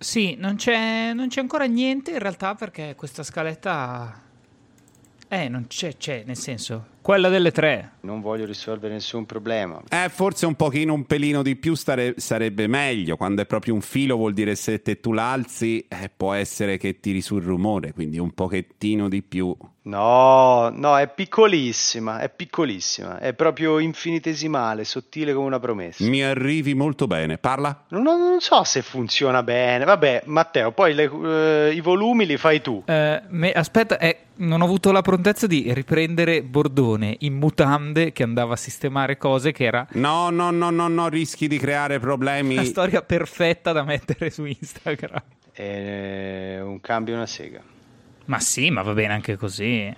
Sì, non c'è ancora niente in realtà perché questa scaletta non c'è, nel senso, quella delle 3. Non voglio risolvere nessun problema. Forse un pelino di più sarebbe meglio. Quando è proprio un filo vuol dire se te tu l'alzi, può essere che tiri sul rumore, quindi un pochettino di più. No, è piccolissima, è proprio infinitesimale, sottile come una promessa. Mi arrivi molto bene, parla? Non so se funziona bene. Vabbè, Matteo, poi i volumi li fai tu. Aspetta, non ho avuto la prontezza di riprendere Bordone in mutande che andava a sistemare cose che era No, rischi di creare problemi. una storia perfetta da mettere su Instagram. Un cambio e una sega. Ma sì, ma va bene anche così.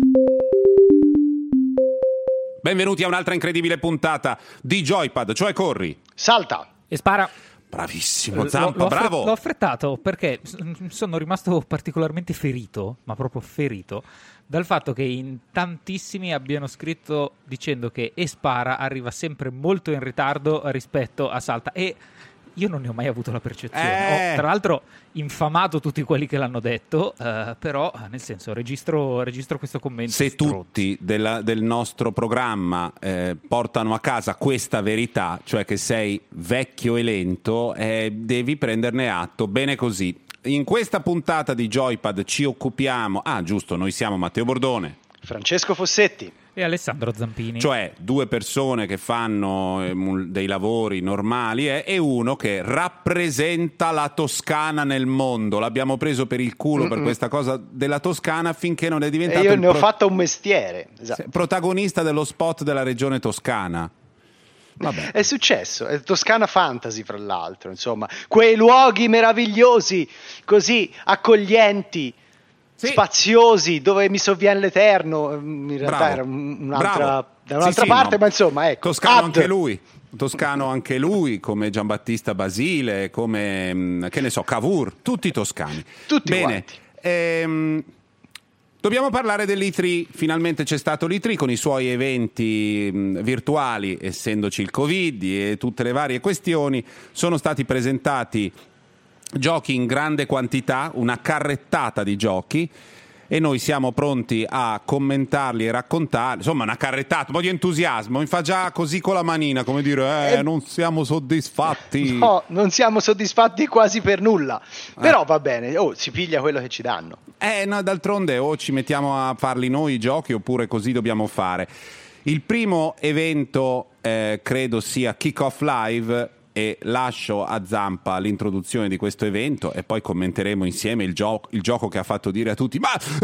Benvenuti a un'altra incredibile puntata di Joypad, cioè corri. Salta! E spara. Bravissimo, Zampa, bravo. L'ho affrettato perché sono rimasto particolarmente ferito, ma proprio ferito, dal fatto che in tantissimi abbiano scritto dicendo che Espara arriva sempre molto in ritardo rispetto a Salta, e io non ne ho mai avuto la percezione. Ho, tra l'altro, infamato tutti quelli che l'hanno detto, però, nel senso, registro questo commento. Se tutti del nostro programma portano a casa questa verità, cioè che sei vecchio e lento, devi prenderne atto. Bene così. In questa puntata di Joypad ci occupiamo... giusto, noi siamo Matteo Bordone, Francesco Fossetti e Alessandro Zampini. cioè due persone che fanno dei lavori normali e uno che rappresenta la Toscana nel mondo. L'abbiamo preso per il culo per questa cosa della Toscana finché non è diventato e io ne ho fatto un mestiere. Esatto. Protagonista dello spot della regione Toscana. Vabbè. È successo, è Toscana Fantasy fra l'altro, insomma, quei luoghi meravigliosi, così accoglienti, Sì. Spaziosi, dove mi sovviene l'Eterno. In realtà era da un'altra parte, no. ma insomma, ecco. Toscano anche lui, come Giambattista Basile, come, che ne so, Cavour, tutti toscani. Tutti Bene. quanti. Dobbiamo parlare dell'E3. Finalmente c'è stato l'E3 con i suoi eventi virtuali, essendoci il Covid e tutte le varie questioni. Sono stati presentati giochi in grande quantità, una carrettata di giochi, e noi siamo pronti a commentarli e raccontarli. Insomma, una carrettata, un po' di entusiasmo. Mi fa già così con la manina, come dire, non siamo soddisfatti. No, non siamo soddisfatti quasi per nulla. Però va bene, si piglia quello che ci danno. No, d'altronde o ci mettiamo a farli noi i giochi oppure così dobbiamo fare. Il primo evento credo sia Kick Off Live, e lascio a Zampa l'introduzione di questo evento e poi commenteremo insieme il gioco che ha fatto dire a tutti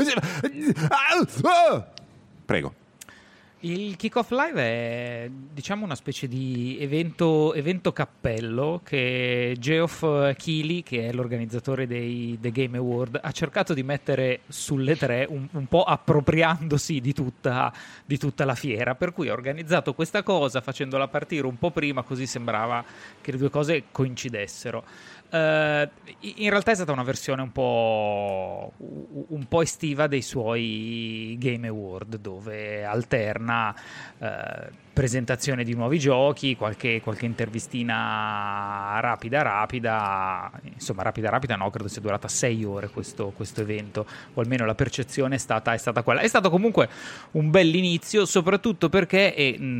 prego. Il Kick-Off Live è, diciamo, una specie di evento cappello che Geoff Keighley, che è l'organizzatore dei The Game Award, ha cercato di mettere sulle 3 un po' appropriandosi di tutta la fiera, per cui ha organizzato questa cosa facendola partire un po' prima, così sembrava che le due cose coincidessero. In realtà è stata una versione un po' estiva dei suoi Game Award, dove alterna presentazione di nuovi giochi, qualche intervistina rapida, insomma rapida no, credo sia durata 6 ore questo evento, o almeno la percezione è stata quella. È stato comunque un bell'inizio, soprattutto perché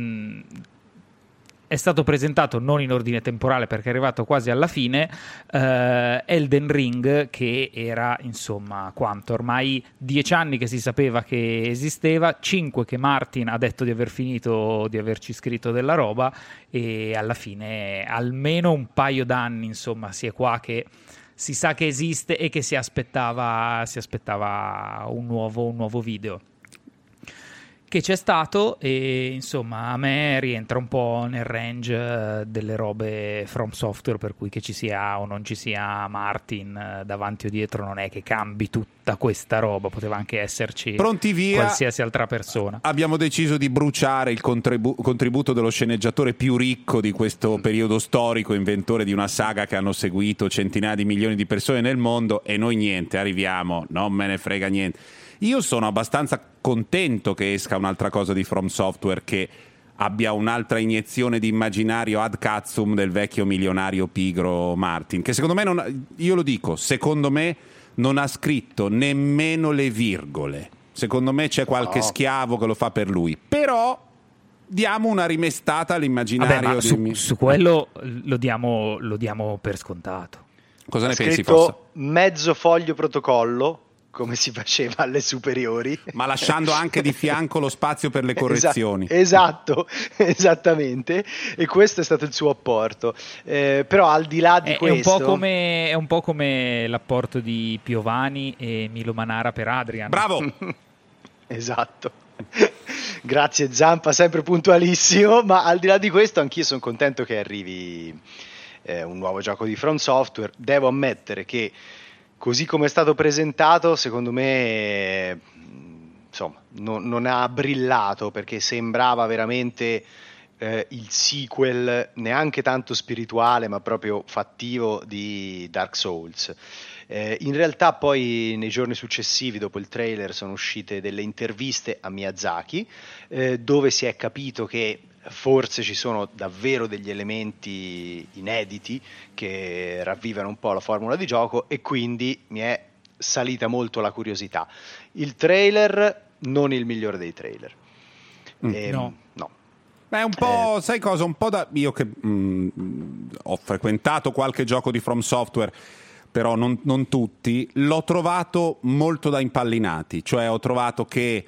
è stato presentato non in ordine temporale perché è arrivato quasi alla fine Elden Ring, che era, insomma, quanto? Ormai 10 anni che si sapeva che esisteva, 5 che Martin ha detto di aver finito, di averci scritto della roba, e alla fine almeno un paio d'anni, insomma, si è qua che si sa che esiste e che si aspettava un nuovo video. Che c'è stato, e insomma a me rientra un po' nel range delle robe From Software, per cui che ci sia o non ci sia Martin davanti o dietro non è che cambi tutta questa roba, poteva anche esserci Pronti via, qualsiasi altra persona. Abbiamo deciso di bruciare il contributo dello sceneggiatore più ricco di questo periodo storico, inventore di una saga che hanno seguito centinaia di milioni di persone nel mondo, e noi niente, arriviamo, non me ne frega niente. Io sono abbastanza contento che esca un'altra cosa di From Software che abbia un'altra iniezione di immaginario ad cazzoum del vecchio milionario pigro Martin, che secondo me io lo dico, secondo me non ha scritto nemmeno le virgole. Secondo me c'è qualche schiavo che lo fa per lui. Però diamo una rimestata all'immaginario. Su quello lo diamo per scontato. Cosa ne pensi, scritto Fossa? Mezzo foglio protocollo, come si faceva alle superiori, ma lasciando anche di fianco lo spazio per le correzioni. Esatto, esattamente, e questo è stato il suo apporto. Però al di là di questo è un po' come l'apporto di Piovani e Milo Manara per Adrian. Bravo. Esatto. Grazie Zampa, sempre puntualissimo. Ma al di là di questo, anch'io sono contento che arrivi un nuovo gioco di From Software. Devo ammettere che così come è stato presentato, secondo me insomma non ha brillato, perché sembrava veramente il sequel neanche tanto spirituale ma proprio fattivo di Dark Souls. In realtà poi nei giorni successivi, dopo il trailer, sono uscite delle interviste a Miyazaki dove si è capito che forse ci sono davvero degli elementi inediti che ravvivano un po' la formula di gioco, e quindi mi è salita molto la curiosità. Il trailer non il migliore dei trailer. No. Beh, un po', sai cosa? Un po' da io che ho frequentato qualche gioco di From Software, però non tutti, l'ho trovato molto da impallinati, cioè ho trovato che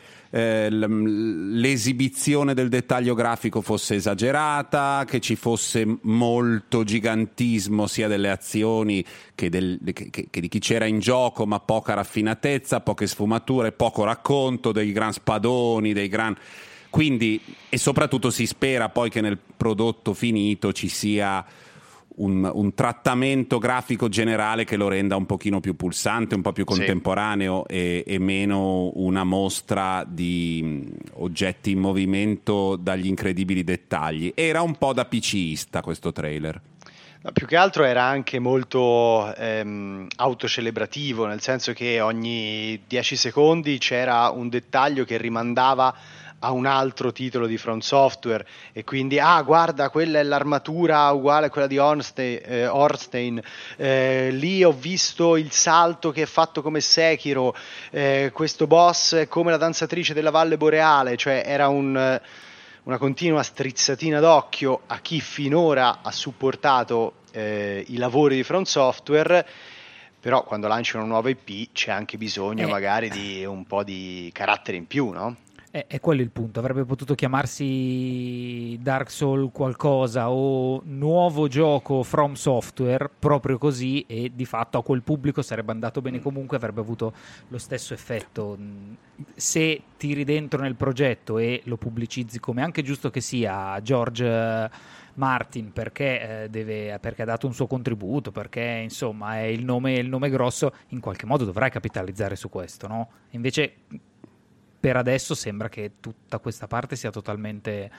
l'esibizione del dettaglio grafico fosse esagerata, che ci fosse molto gigantismo sia delle azioni che di chi c'era in gioco, ma poca raffinatezza, poche sfumature, poco racconto, dei gran spadoni, quindi, e soprattutto si spera poi che nel prodotto finito ci sia un trattamento grafico generale che lo renda un pochino più pulsante, un po' più contemporaneo, e meno una mostra di oggetti in movimento dagli incredibili dettagli. Era un po' da PCista questo trailer. No, più che altro era anche molto autocelebrativo, nel senso che ogni 10 secondi c'era un dettaglio che rimandava a un altro titolo di From Software, e quindi guarda, quella è l'armatura uguale a quella di Ornstein, lì ho visto il salto che è fatto come Sekiro, questo boss è come la danzatrice della Valle Boreale. Cioè era una continua strizzatina d'occhio a chi finora ha supportato i lavori di From Software. Però quando lanci una nuova IP c'è anche bisogno magari di un po' di carattere in più, no? È quello il punto. Avrebbe potuto chiamarsi Dark Souls qualcosa o nuovo gioco From Software, proprio così, e di fatto a quel pubblico sarebbe andato bene comunque, avrebbe avuto lo stesso effetto. Se tiri dentro nel progetto e lo pubblicizzi, come anche giusto che sia, George Martin, perché ha dato un suo contributo, perché insomma è il nome grosso, in qualche modo dovrai capitalizzare su questo, no? Invece per adesso sembra che tutta questa parte sia totalmente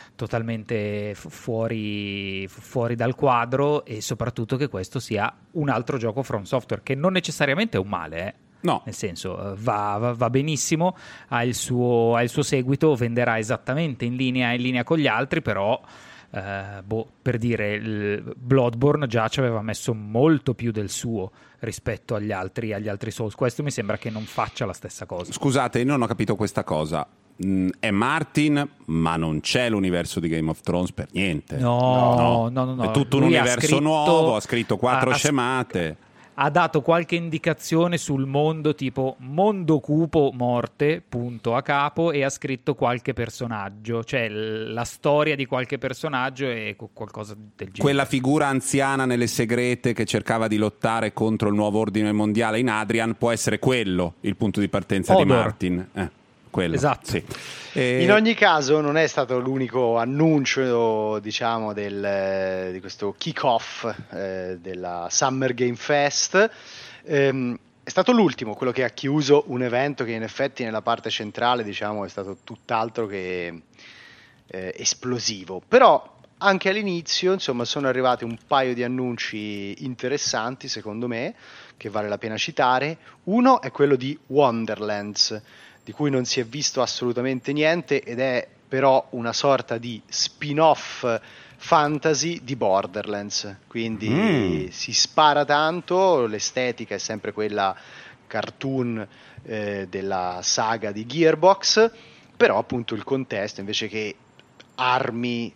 fuori dal quadro, e soprattutto che questo sia un altro gioco From Software, che non necessariamente è un male, No. Nel senso, va benissimo, ha il suo seguito, venderà esattamente in linea con gli altri, però per dire, il Bloodborne già ci aveva messo molto più del suo rispetto agli altri Souls. Questo mi sembra che non faccia la stessa cosa. Scusate, non ho capito questa cosa. È Martin, ma non c'è l'universo di Game of Thrones per niente. No. È tutto un universo nuovo, ha scritto 4 scemate. Ha dato qualche indicazione sul mondo, tipo mondo cupo, morte, punto a capo, e ha scritto qualche personaggio, cioè la storia di qualche personaggio e qualcosa del genere. Quella figura anziana nelle segrete che cercava di lottare contro il nuovo ordine mondiale in Adrian può essere quello il punto di partenza di Martin. Quello, esatto. Sì. In ogni caso non è stato l'unico annuncio, diciamo, di questo kick-off della Summer Game Fest. È stato l'ultimo, quello che ha chiuso un evento che in effetti nella parte centrale, diciamo, è stato tutt'altro che esplosivo. Però anche all'inizio, insomma, sono arrivati un paio di annunci interessanti, secondo me, che vale la pena citare. Uno è quello di Wonderlands, di cui non si è visto assolutamente niente, ed è però una sorta di spin-off fantasy di Borderlands, quindi si spara tanto, l'estetica è sempre quella cartoon della saga di Gearbox, però appunto il contesto, invece che armi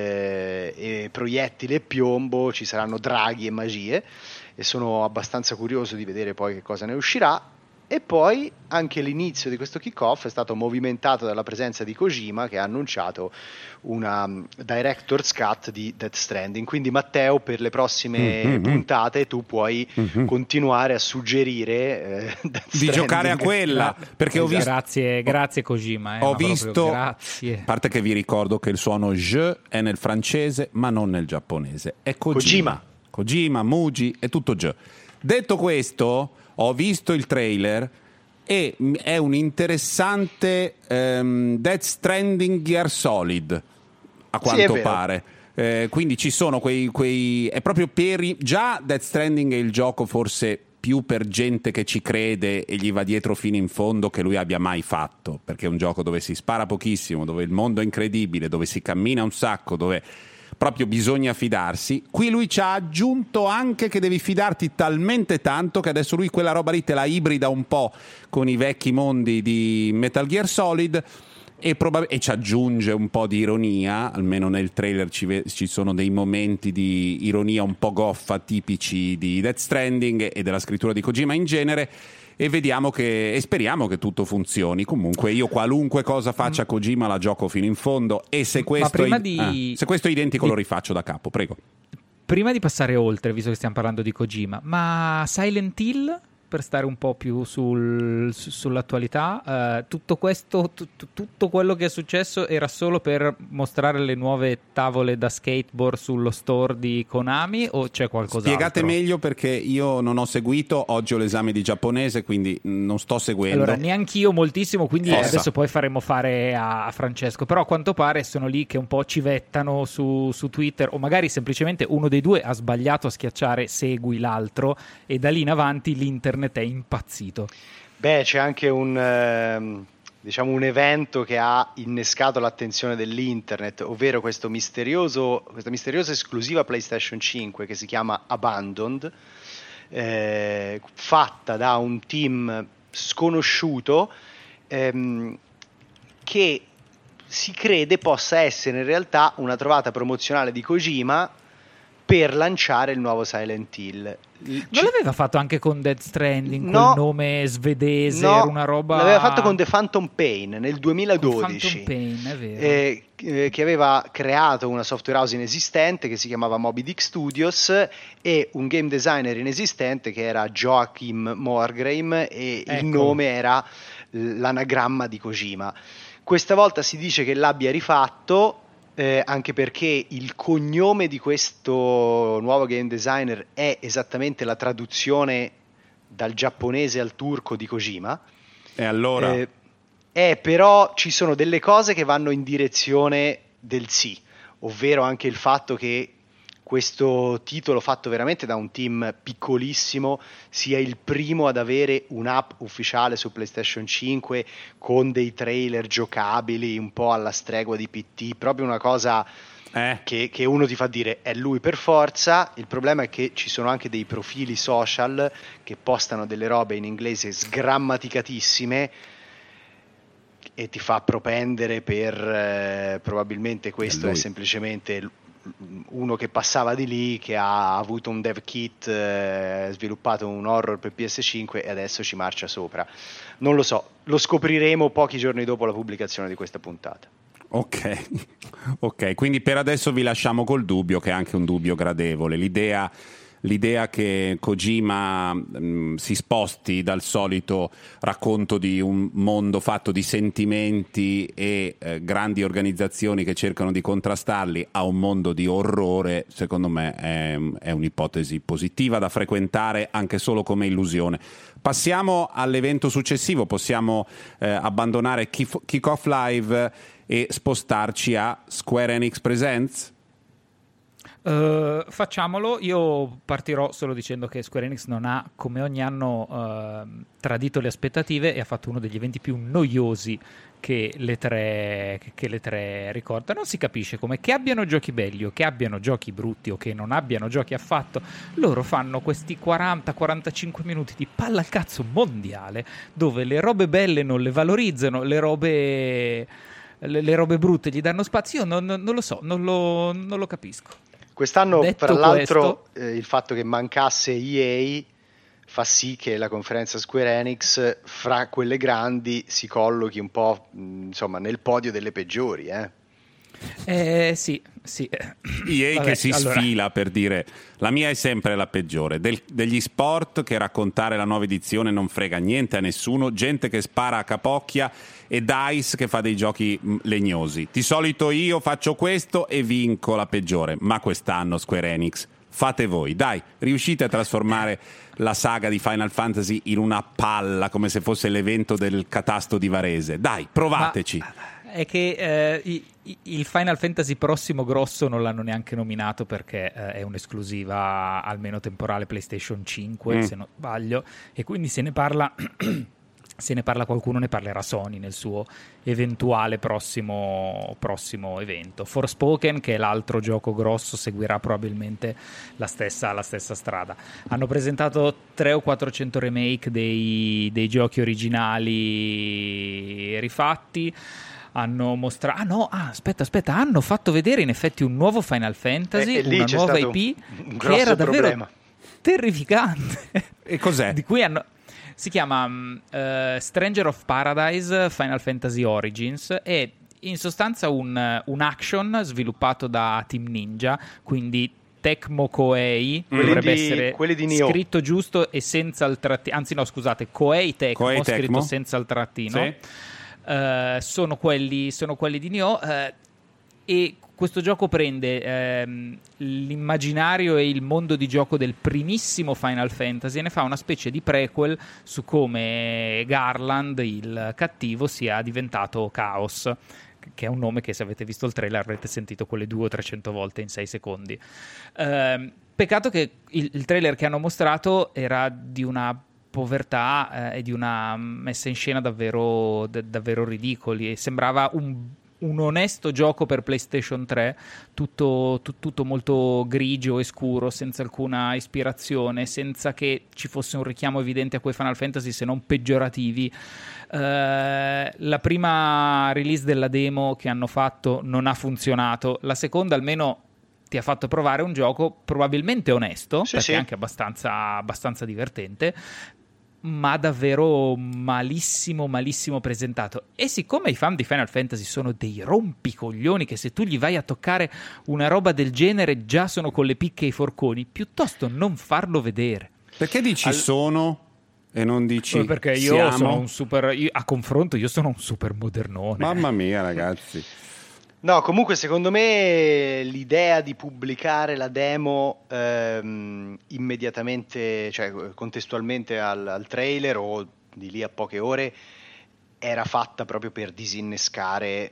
e proiettili e piombo, ci saranno draghi e magie, e sono abbastanza curioso di vedere poi che cosa ne uscirà. E poi anche l'inizio di questo kick-off è stato movimentato dalla presenza di Kojima, che ha annunciato una director's cut di Death Stranding. Quindi Matteo, per le prossime puntate tu puoi continuare a suggerire Death di giocare a quella, perché ho visto... Grazie Kojima. Ho visto, grazie. A parte che vi ricordo che il suono J è nel francese ma non nel giapponese, è Kojima, Muji, è tutto J. Detto questo, ho visto il trailer e è un interessante Death Stranding Gear Solid, a quanto pare. Quindi ci sono quei è proprio già Death Stranding è il gioco forse più per gente che ci crede e gli va dietro fino in fondo che lui abbia mai fatto, perché è un gioco dove si spara pochissimo, dove il mondo è incredibile, dove si cammina un sacco, dove proprio bisogna fidarsi. Qui lui ci ha aggiunto anche che devi fidarti talmente tanto che adesso lui quella roba lì te la ibrida un po' con i vecchi mondi di Metal Gear Solid e ci aggiunge un po' di ironia, almeno nel trailer ci sono dei momenti di ironia un po' goffa tipici di Death Stranding e della scrittura di Kojima in genere, e speriamo che tutto funzioni. Comunque io qualunque cosa faccia Kojima la gioco fino in fondo, e se questo è identico lo rifaccio da capo. Prego. Prima di passare oltre, visto che stiamo parlando di Kojima, ma Silent Hill, per stare un po' più sull'attualità, tutto questo, tutto quello che è successo era solo per mostrare le nuove tavole da skateboard sullo store di Konami, o c'è qualcos'altro? Spiegate meglio, perché io non ho seguito, oggi ho l'esame di giapponese, quindi non sto seguendo. Allora, neanch'io moltissimo, quindi adesso poi faremo fare a Francesco, però a quanto pare sono lì che un po' civettano su Twitter, o magari semplicemente uno dei due ha sbagliato a schiacciare segui l'altro e da lì in avanti l'internet è impazzito. Beh, c'è anche un evento che ha innescato l'attenzione dell'internet, ovvero questa misteriosa esclusiva PlayStation 5 che si chiama Abandoned, fatta da un team sconosciuto, che si crede possa essere in realtà una trovata promozionale di Kojima per lanciare il nuovo Silent Hill. Non l'aveva fatto anche con Death Stranding, quel nome svedese, era una roba... l'aveva fatto con The Phantom Pain nel 2012, Phantom Pain, è vero. Che aveva creato una software house inesistente che si chiamava Moby Dick Studios e un game designer inesistente che era Joachim Morgreim, e il nome era l'anagramma di Kojima. Questa volta si dice che l'abbia rifatto, anche perché il cognome di questo nuovo game designer è esattamente la traduzione dal giapponese al turco di Kojima. E allora? Però ci sono delle cose che vanno in direzione del sì, ovvero anche il fatto che questo titolo, fatto veramente da un team piccolissimo, sia il primo ad avere un'app ufficiale su PlayStation 5 con dei trailer giocabili un po' alla stregua di PT, proprio una cosa che uno ti fa dire è lui per forza. Il problema è che ci sono anche dei profili social che postano delle robe in inglese sgrammaticatissime e ti fa propendere per probabilmente questo è semplicemente uno che passava di lì, che ha avuto un dev kit, sviluppato un horror per PS5 e adesso ci marcia sopra. Non lo so, lo scopriremo pochi giorni dopo la pubblicazione di questa puntata. Ok, quindi per adesso vi lasciamo col dubbio, che è anche un dubbio gradevole, l'idea che Kojima si sposti dal solito racconto di un mondo fatto di sentimenti e grandi organizzazioni che cercano di contrastarli a un mondo di orrore, secondo me è un'ipotesi positiva da frequentare anche solo come illusione. Passiamo all'evento successivo, possiamo abbandonare Kick-Off Live e spostarci a Square Enix Presents? Facciamolo. Io partirò solo dicendo che Square Enix non ha, come ogni anno, tradito le aspettative e ha fatto uno degli eventi più noiosi che le tre ricordano. Non si capisce come che abbiano giochi belli o che abbiano giochi brutti o che non abbiano giochi affatto. Loro fanno questi 40-45 minuti di palla al cazzo mondiale dove le robe belle non le valorizzano, le robe brutte gli danno spazio. Io non lo so, non lo capisco. Quest'anno, Detto tra l'altro, questo, il fatto che mancasse EA fa sì che la conferenza Square Enix, fra quelle grandi, si collochi un po', insomma, nel podio delle peggiori, sì. EA Vabbè, che si sfila per dire la mia è sempre la peggiore, degli sport che raccontare la nuova edizione non frega niente a nessuno, gente che spara a capocchia e DICE che fa dei giochi legnosi. Di solito io faccio questo e vinco la peggiore, ma quest'anno Square Enix fate voi, dai, riuscite a trasformare la saga di Final Fantasy in una palla come se fosse l'evento del catasto di Varese, dai, provateci. È che il Final Fantasy prossimo grosso non l'hanno neanche nominato perché è un'esclusiva almeno temporale PlayStation 5 se non sbaglio, e quindi se ne parla se ne parla qualcuno, ne parlerà Sony nel suo eventuale prossimo evento. Forspoken, che è l'altro gioco grosso, seguirà probabilmente la stessa strada. Hanno presentato 300 o 400 remake dei giochi originali rifatti. Hanno mostrato aspetta, hanno fatto vedere in effetti un nuovo Final Fantasy, una nuova IP che era davvero problema. Terrificante. E cos'è? Di cui si chiama Stranger of Paradise Final Fantasy Origins. È in sostanza un action sviluppato da Team Ninja, quindi Tecmo Koei, dovrebbe essere scritto giusto e senza il trattino, anzi no scusate, Koei Tecmo scritto senza il trattino. Sì. Sono quelli di Nioh, e questo gioco prende l'immaginario e il mondo di gioco del primissimo Final Fantasy e ne fa una specie di prequel su come Garland, il cattivo, sia diventato Chaos, che è un nome che, se avete visto il trailer, avrete sentito quelle 200 o 300 volte in 6 secondi. Peccato che il trailer che hanno mostrato era di una povertà e di una messa in scena davvero ridicoli, e sembrava un onesto gioco per PlayStation 3, tutto molto grigio e scuro, senza alcuna ispirazione, senza che ci fosse un richiamo evidente a quei Final Fantasy, se non peggiorativi. La prima release della demo che hanno fatto non ha funzionato, la seconda almeno ti ha fatto provare un gioco probabilmente onesto, perché è anche abbastanza divertente, ma davvero malissimo presentato. E siccome i fan di Final Fantasy sono dei rompicoglioni, che se tu gli vai a toccare una roba del genere già sono con le picche e i forconi, piuttosto non farlo vedere. Perché dici sono e non dici perché io sono a confronto io sono un super modernone. Mamma mia, ragazzi. No, comunque secondo me l'idea di pubblicare la demo immediatamente, cioè contestualmente al trailer o di lì a poche ore, era fatta proprio per disinnescare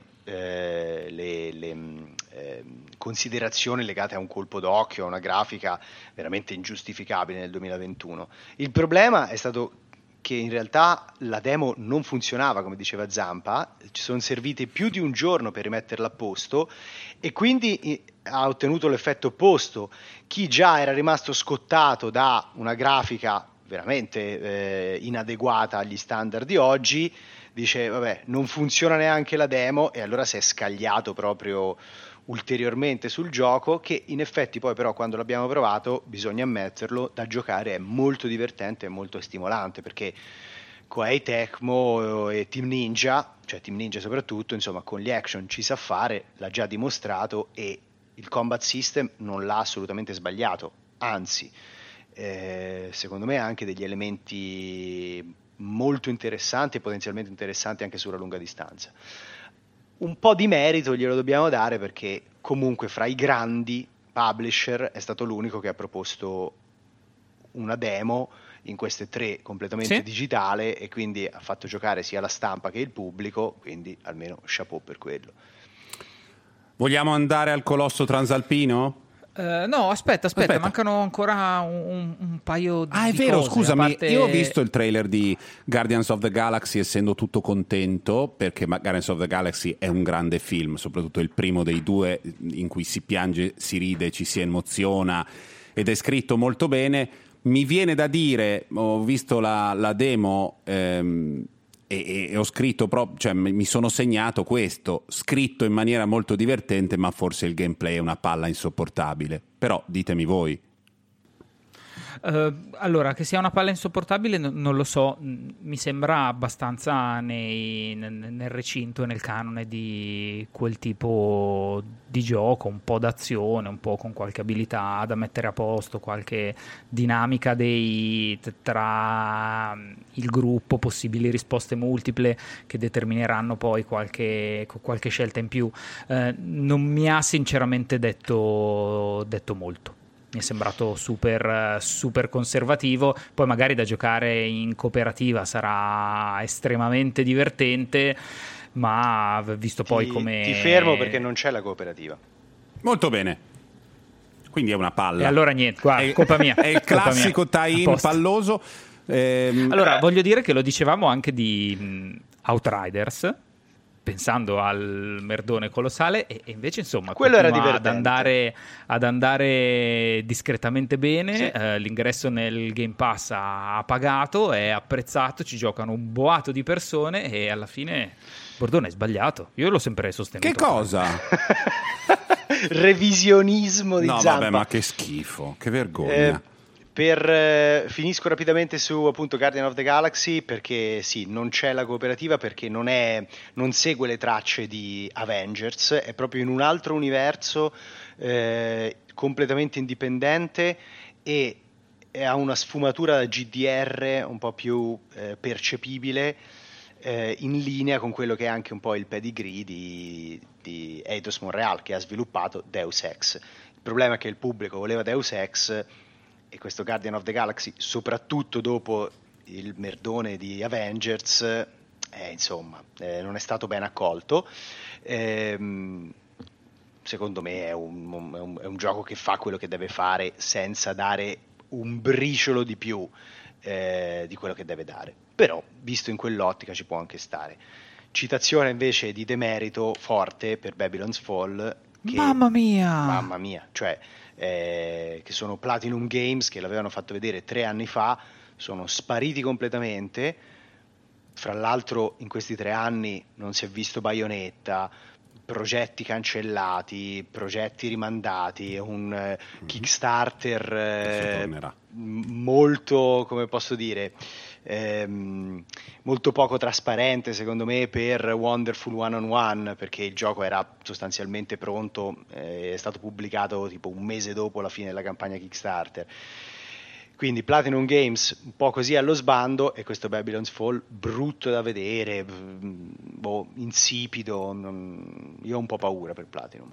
le considerazioni legate a un colpo d'occhio, a una grafica veramente ingiustificabile nel 2021. Il problema è stato che in realtà la demo non funzionava, come diceva Zampa, ci sono serviti più di un giorno per rimetterla a posto e quindi ha ottenuto l'effetto opposto. Chi già era rimasto scottato da una grafica veramente inadeguata agli standard di oggi dice vabbè, non funziona neanche la demo, e allora si è scagliato proprio ulteriormente sul gioco, che in effetti poi però quando l'abbiamo provato, bisogna ammetterlo, da giocare è molto divertente e molto stimolante, perché Koei Tecmo e Team Ninja, cioè Team Ninja soprattutto, insomma, con gli action ci sa fare, l'ha già dimostrato, e il combat system non l'ha assolutamente sbagliato, anzi secondo me ha anche degli elementi molto interessanti e potenzialmente interessanti anche sulla lunga distanza. Un po' di merito glielo dobbiamo dare, perché comunque fra i grandi publisher è stato l'unico che ha proposto una demo in queste 3 completamente digitale, e quindi ha fatto giocare sia la stampa che il pubblico, quindi almeno chapeau per quello. Vogliamo andare al colosso transalpino? No, aspetta, mancano ancora un paio di è vero, cose, scusami, parte... io ho visto il trailer di Guardians of the Galaxy essendo tutto contento, perché Guardians of the Galaxy è un grande film, soprattutto il primo dei due, in cui si piange, si ride, ci si emoziona ed è scritto molto bene. Mi viene da dire, ho visto la demo e ho scritto proprio, cioè mi sono segnato questo, scritto in maniera molto divertente, ma forse il gameplay è una palla insopportabile. Però ditemi voi. Allora, che sia una palla insopportabile non lo so, mi sembra abbastanza nel recinto e nel canone di quel tipo di gioco, un po' d'azione, un po' con qualche abilità da mettere a posto, qualche dinamica tra il gruppo, possibili risposte multiple che determineranno poi qualche scelta in più. Non mi ha sinceramente detto molto. Mi è sembrato super conservativo. Poi magari da giocare in cooperativa sarà estremamente divertente, ma visto poi come... Ti fermo perché non c'è la cooperativa. Molto bene. Quindi è una palla. E allora niente, guarda, colpa mia. È il classico tie-in palloso. Allora, voglio dire che lo dicevamo anche di Outriders, pensando al merdone colossale, e invece insomma quello era divertente ad andare discretamente bene. Sì. L'ingresso nel Game Pass ha pagato, è apprezzato, ci giocano un boato di persone e alla fine Bordone è sbagliato, io l'ho sempre sostenuto. Che cosa? Revisionismo di Zampa. No vabbè, ma che schifo, che vergogna. Finisco rapidamente su appunto Guardian of the Galaxy, perché sì, non c'è la cooperativa, perché non segue le tracce di Avengers, è proprio in un altro universo completamente indipendente e ha una sfumatura da GDR un po' più percepibile, in linea con quello che è anche un po' il pedigree di Eidos Montreal, che ha sviluppato Deus Ex. Il problema è che il pubblico voleva Deus Ex e questo Guardian of the Galaxy, soprattutto dopo il merdone di Avengers, insomma, non è stato ben accolto. Secondo me è un gioco che fa quello che deve fare senza dare un briciolo di più di quello che deve dare, però visto in quell'ottica ci può anche stare. Citazione invece di demerito forte per Babylon's Fall, che, mamma mia, cioè che sono Platinum Games, che l'avevano fatto vedere 3 anni fa, sono spariti completamente. Fra l'altro in questi 3 anni non si è visto Bayonetta, progetti cancellati, progetti rimandati, un Kickstarter molto, come posso dire, molto poco trasparente secondo me per Wonderful 1-on-1, perché il gioco era sostanzialmente pronto, è stato pubblicato tipo un mese dopo la fine della campagna Kickstarter. Quindi Platinum Games un po' così allo sbando, e questo Babylon's Fall brutto da vedere, insipido. Io ho un po' paura per Platinum.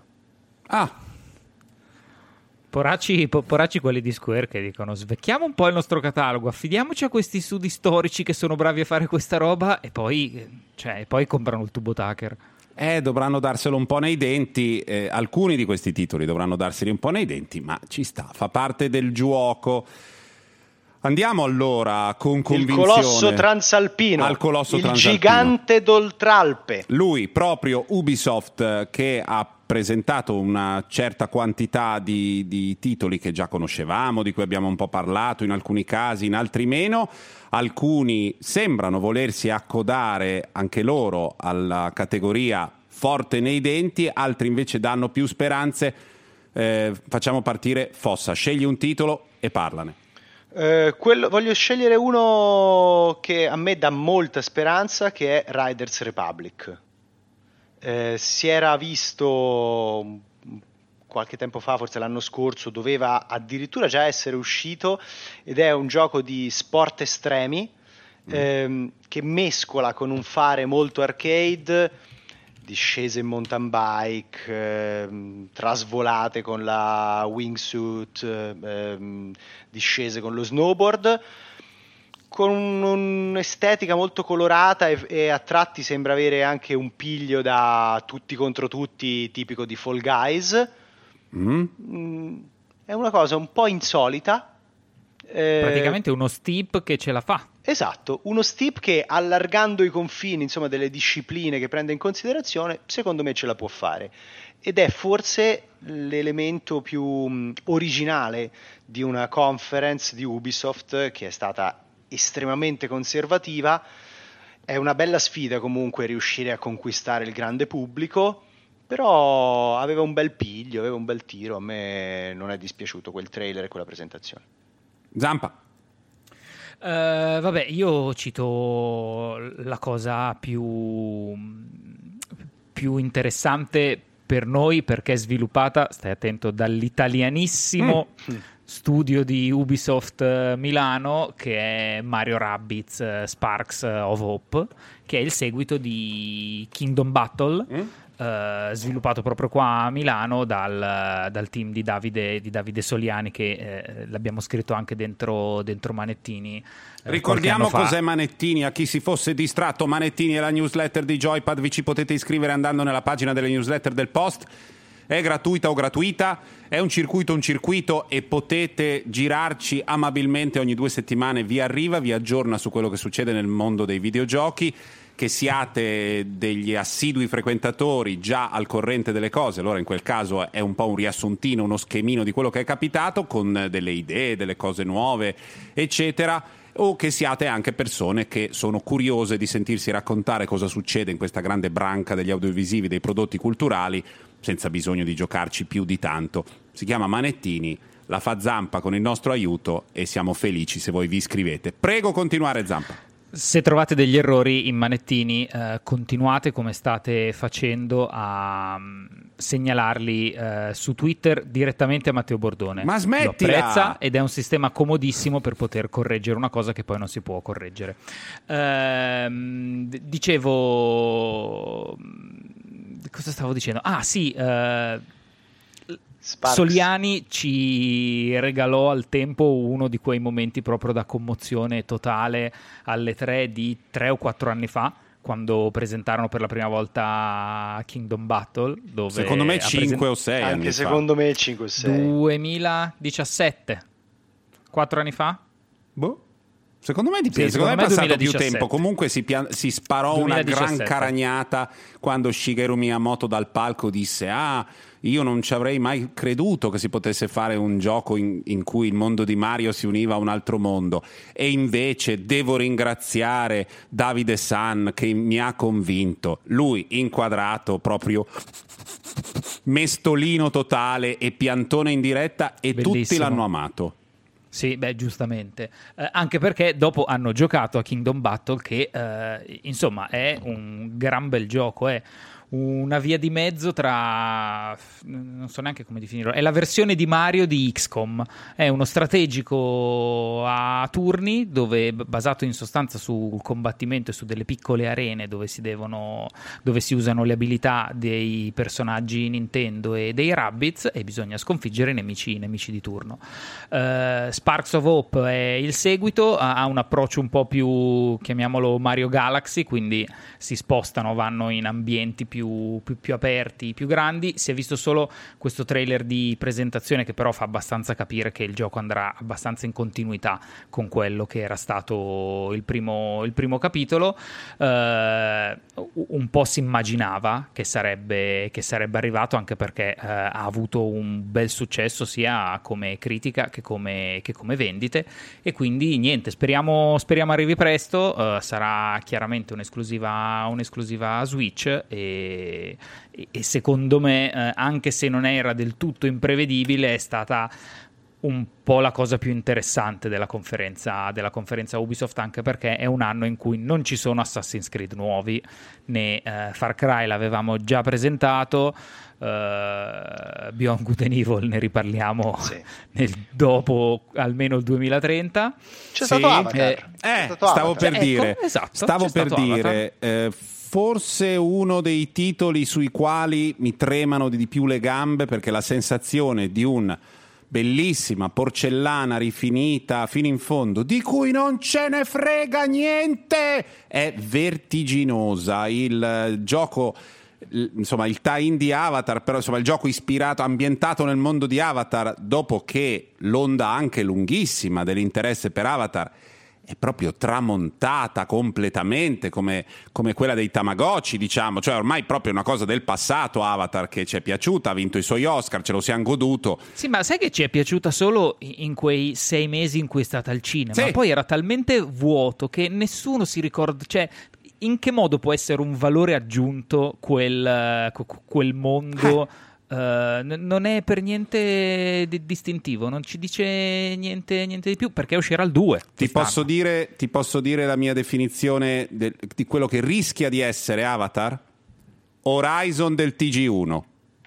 Poracci quelli di Square che dicono: svecchiamo un po' il nostro catalogo, affidiamoci a questi studi storici che sono bravi a fare questa roba, e poi comprano il tubo Tucker. Dovranno darselo un po' nei denti, alcuni di questi titoli dovranno darseli un po' nei denti, ma ci sta, fa parte del gioco. Andiamo allora con convinzione il colosso transalpino, al colosso il transalpino. Gigante d'Oltralpe. Lui, proprio Ubisoft, che ha presentato una certa quantità di titoli che già conoscevamo, di cui abbiamo un po' parlato in alcuni casi, in altri meno. Alcuni sembrano volersi accodare anche loro alla categoria forte nei denti, altri invece danno più speranze. Facciamo partire Fossa, scegli un titolo e parlane. Voglio scegliere uno che a me dà molta speranza, che è Riders Republic. Si era visto qualche tempo fa, forse l'anno scorso, doveva addirittura già essere uscito, ed è un gioco di sport estremi che mescola con un fare molto arcade, discese in mountain bike, trasvolate con la wingsuit, discese con lo snowboard, con un'estetica molto colorata e a tratti sembra avere anche un piglio da tutti contro tutti tipico di Fall Guys. È una cosa un po' insolita. Praticamente uno steep che ce la fa. Esatto, uno steep che allargando i confini, insomma, delle discipline che prende in considerazione, secondo me ce la può fare. Ed è forse l'elemento più originale di una conference di Ubisoft che è stata estremamente conservativa. È una bella sfida comunque riuscire a conquistare il grande pubblico, però aveva un bel piglio, aveva un bel tiro. A me non è dispiaciuto quel trailer e quella presentazione. Zampa. Vabbè, io cito la cosa più interessante per noi perché è sviluppata, stai attento, dall'italianissimo studio di Ubisoft Milano, che è Mario Rabbids Sparks of Hope, che è il seguito di Kingdom Battle, sviluppato proprio qua a Milano dal team di Davide Soliani, che l'abbiamo scritto anche dentro Manettini. Ricordiamo cos'è Manettini, a chi si fosse distratto. Manettini è la newsletter di Joypad, vi ci potete iscrivere andando nella pagina delle newsletter del Post. È gratuita o gratuita, è un circuito e potete girarci amabilmente ogni 2 settimane, vi arriva, vi aggiorna su quello che succede nel mondo dei videogiochi. Che siate degli assidui frequentatori già al corrente delle cose, allora in quel caso è un po' un riassuntino, uno schemino di quello che è capitato, con delle idee, delle cose nuove, eccetera, o che siate anche persone che sono curiose di sentirsi raccontare cosa succede in questa grande branca degli audiovisivi, dei prodotti culturali, senza bisogno di giocarci più di tanto. Si chiama Manettini, la fa Zampa con il nostro aiuto e siamo felici se voi vi iscrivete. Prego continuare, Zampa. Se trovate degli errori in Manettini, continuate come state facendo a segnalarli su Twitter direttamente a Matteo Bordone. Ma smettila! Lo apprezza ed è un sistema comodissimo per poter correggere una cosa che poi non si può correggere. Dicevo... Cosa stavo dicendo? Ah sì... Sparks. Soliani ci regalò al tempo uno di quei momenti proprio da commozione totale alle 3 di 3 o 4 anni fa, quando presentarono per la prima volta Kingdom Battle, dove secondo me 5 o 6 anni anche fa. Secondo me 5 o 6. 2017, 4 anni fa? Boh. Secondo me dipende, Sì, secondo me è passato 2017. più tempo. Comunque si sparò 2017. una gran caragnata quando Shigeru Miyamoto dal palco disse: ah, io non ci avrei mai creduto che si potesse fare un gioco in cui il mondo di Mario si univa a un altro mondo, e invece devo ringraziare Davide San che mi ha convinto. Lui inquadrato proprio mestolino totale e piantone in diretta, e Bellissimo. Tutti l'hanno amato. Sì, beh, giustamente. Anche perché dopo hanno giocato a Kingdom Battle, che insomma è un gran bel gioco, è una via di mezzo tra, non so neanche come definirlo, è la versione di Mario di XCOM, è uno strategico a turni dove basato in sostanza sul combattimento e su delle piccole arene dove si usano le abilità dei personaggi Nintendo e dei Rabbids, e bisogna sconfiggere i nemici di turno. Sparks of Hope è il seguito, ha un approccio un po' più, chiamiamolo Mario Galaxy, quindi si spostano, vanno in ambienti più aperti, più grandi. Si è visto solo questo trailer di presentazione che però fa abbastanza capire che il gioco andrà abbastanza in continuità con quello che era stato il primo capitolo. Un po' si immaginava che sarebbe arrivato, anche perché ha avuto un bel successo sia come critica che come vendite, e quindi niente, speriamo arrivi presto. Sarà chiaramente un'esclusiva Switch, e secondo me, anche se non era del tutto imprevedibile, è stata un po' la cosa più interessante della conferenza Ubisoft, anche perché è un anno in cui non ci sono Assassin's Creed nuovi, né Far Cry l'avevamo già presentato, Beyond Good and Evil ne riparliamo dopo almeno il 2030. C'è stato Avatar. Stavo per dire, esatto, stavo per dire forse uno dei titoli sui quali mi tremano di più le gambe, perché la sensazione di un bellissima porcellana rifinita fino in fondo, di cui non ce ne frega niente, è vertiginosa. Il gioco insomma il tie-in di Avatar, però insomma il gioco ispirato, ambientato nel mondo di Avatar, dopo che l'onda anche lunghissima dell'interesse per Avatar è proprio tramontata completamente, come quella dei Tamagotchi, diciamo, cioè ormai proprio una cosa del passato. Avatar, che ci è piaciuta, ha vinto i suoi Oscar, ce lo siamo goduto. Sì, ma sai che ci è piaciuta solo in quei 6 mesi in cui è stata al cinema, Sì. poi era talmente vuoto che nessuno si ricorda, cioè in che modo può essere un valore aggiunto quel mondo? Non è per niente distintivo, non ci dice niente di più, perché uscirà il 2. Ti posso dire la mia definizione di quello che rischia di essere Avatar? Horizon del TG1.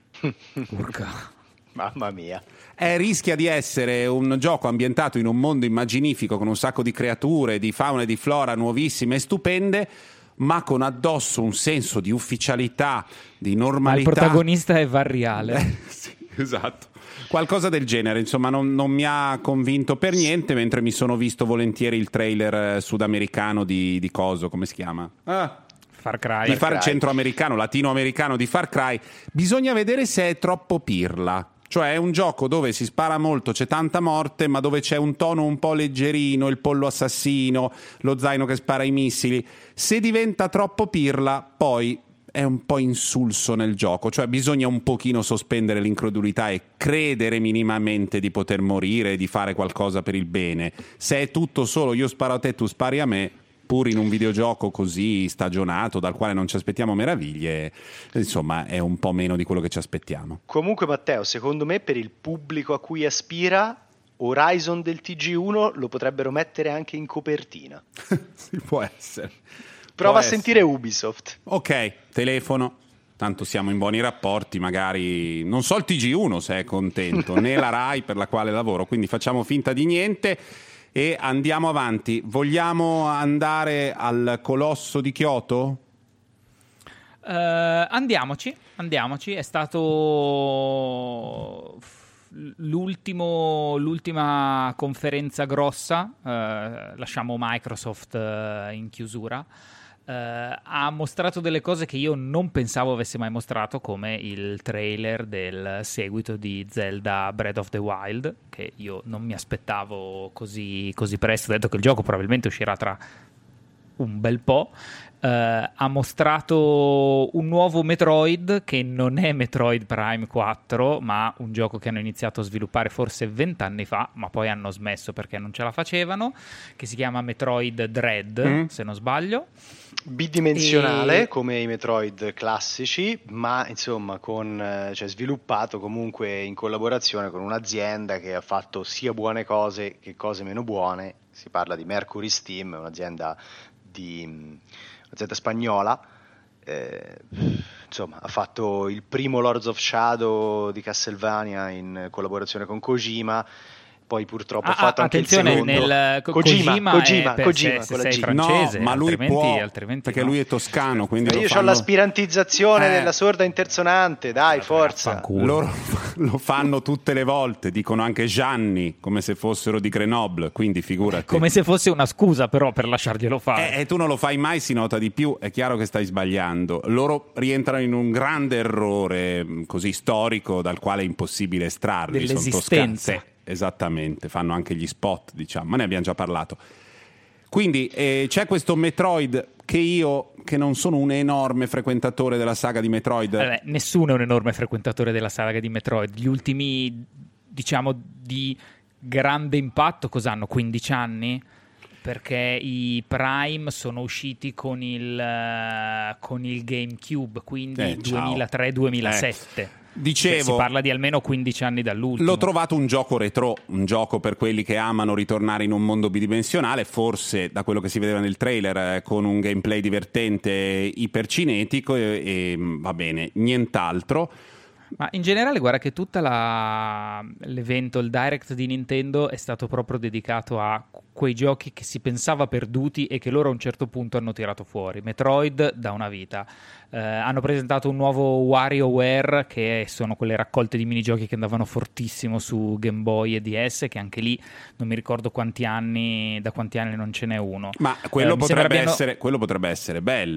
Urca. Mamma mia. Rischia di essere un gioco ambientato in un mondo immaginifico con un sacco di creature, di fauna e di flora nuovissime e stupende, ma con addosso un senso di ufficialità, di normalità. Ma il protagonista è Varriale. Sì, esatto. Qualcosa del genere, insomma, non mi ha convinto per niente, mentre mi sono visto volentieri il trailer sudamericano di coso, come si chiama? Far Cry. Di centroamericano, latinoamericano di Far Cry. Bisogna vedere se è troppo pirla. Cioè è un gioco dove si spara molto, c'è tanta morte, ma dove c'è un tono un po' leggerino, il pollo assassino, lo zaino che spara i missili. Se diventa troppo pirla, poi è un po' insulso nel gioco, cioè bisogna un pochino sospendere l'incredulità e credere minimamente di poter morire, di fare qualcosa per il bene. Se è tutto solo io sparo a te, tu spari a me, pur in un videogioco così stagionato dal quale non ci aspettiamo meraviglie, insomma è un po' meno di quello che ci aspettiamo. Comunque Matteo, secondo me per il pubblico a cui aspira, Horizon del TG1 lo potrebbero mettere anche in copertina. Sì, può essere. Prova a sentire Ubisoft. Ok, telefono, tanto siamo in buoni rapporti, magari non so il TG1 se è contento, né la Rai per la quale lavoro, quindi facciamo finta di niente e andiamo avanti. Vogliamo andare al Colosso di Kyoto? Andiamoci, è stato l'ultima conferenza grossa, lasciamo Microsoft in chiusura. Ha mostrato delle cose che io non pensavo avesse mai mostrato, come il trailer del seguito di Zelda Breath of the Wild, che io non mi aspettavo così presto. Ho detto che il gioco probabilmente uscirà tra un bel po'. Ha mostrato un nuovo Metroid, che non è Metroid Prime 4, ma un gioco che hanno iniziato a sviluppare forse 20 anni fa, ma poi hanno smesso perché non ce la facevano, che si chiama Metroid Dread, se non sbaglio. Bidimensionale come i Metroid classici, ma insomma cioè sviluppato comunque in collaborazione con un'azienda che ha fatto sia buone cose che cose meno buone. Si parla di Mercury Steam, un'azienda spagnola. Insomma, ha fatto il primo Lords of Shadow di Castlevania in collaborazione con Kojima. Poi purtroppo ha fatto anche il secondo. Kojima se sei francese, no, ma lui può, altrimenti perché no. lui è toscano, quindi io ho l'aspirantizzazione della sorda intersonante, dai, forza. Loro lo fanno tutte le volte, dicono anche Gianni come se fossero di Grenoble, quindi figurati. Come se fosse una scusa però per lasciarglielo fare. E tu non lo fai mai, si nota di più, è chiaro che stai sbagliando. Loro rientrano in un grande errore così storico dal quale è impossibile estrarli. Dell'esistenza. Esattamente, fanno anche gli spot, diciamo, ma ne abbiamo già parlato. Quindi c'è questo Metroid che io, che non sono un enorme frequentatore della saga di Metroid. Nessuno è un enorme frequentatore della saga di Metroid. Gli ultimi, diciamo, di grande impatto, cos'hanno? 15 anni? Perché i Prime sono usciti con il GameCube, quindi 2003-2007. Dicevo, si parla di almeno 15 anni dall'ultimo. L'ho trovato un gioco retro, un gioco per quelli che amano ritornare in un mondo bidimensionale, forse da quello che si vedeva nel trailer con un gameplay divertente, ipercinetico e va bene, nient'altro. Ma in generale guarda che tutta l'evento, il Direct di Nintendo è stato proprio dedicato a quei giochi che si pensava perduti e che loro a un certo punto hanno tirato fuori. Metroid da una vita. Hanno presentato un nuovo WarioWare, che sono quelle raccolte di minigiochi che andavano fortissimo su Game Boy e DS, che anche lì non mi ricordo da quanti anni non ce n'è uno. Ma quello potrebbe essere bello.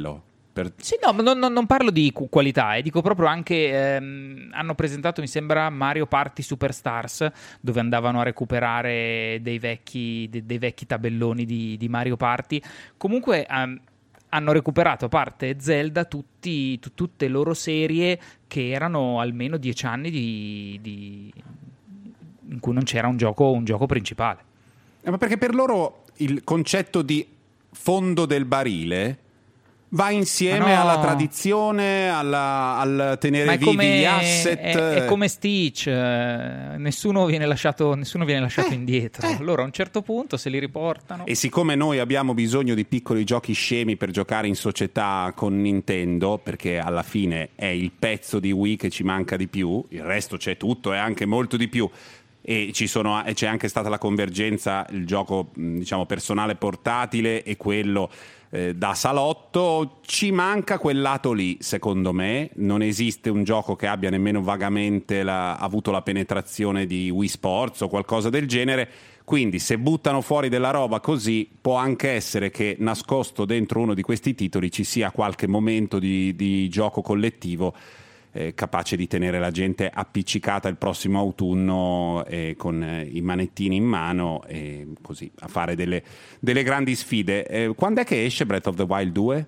Sì, no, non parlo di qualità, dico proprio anche hanno presentato, mi sembra, Mario Party Superstars, dove andavano a recuperare dei vecchi tabelloni di Mario Party. Comunque hanno recuperato, a parte Zelda, tutte loro serie che erano almeno 10 anni in cui non c'era un gioco principale. Ma perché per loro il concetto di fondo del barile va insieme alla tradizione, al tenere vivi gli asset. È come Stitch, nessuno viene lasciato indietro. Loro a un certo punto se li riportano. E siccome noi abbiamo bisogno di piccoli giochi scemi per giocare in società con Nintendo, perché alla fine è il pezzo di Wii che ci manca di più, il resto c'è tutto e anche molto di più. E c'è anche stata la convergenza, il gioco diciamo personale portatile e quello da salotto. Ci manca quel lato lì, secondo me. Non esiste un gioco che abbia nemmeno vagamente avuto la penetrazione di Wii Sports o qualcosa del genere. Quindi se buttano fuori della roba così, può anche essere che nascosto dentro uno di questi titoli ci sia qualche momento di gioco collettivo capace di tenere la gente appiccicata il prossimo autunno con i manettini in mano e così a fare delle grandi sfide. Quando è che esce Breath of the Wild 2?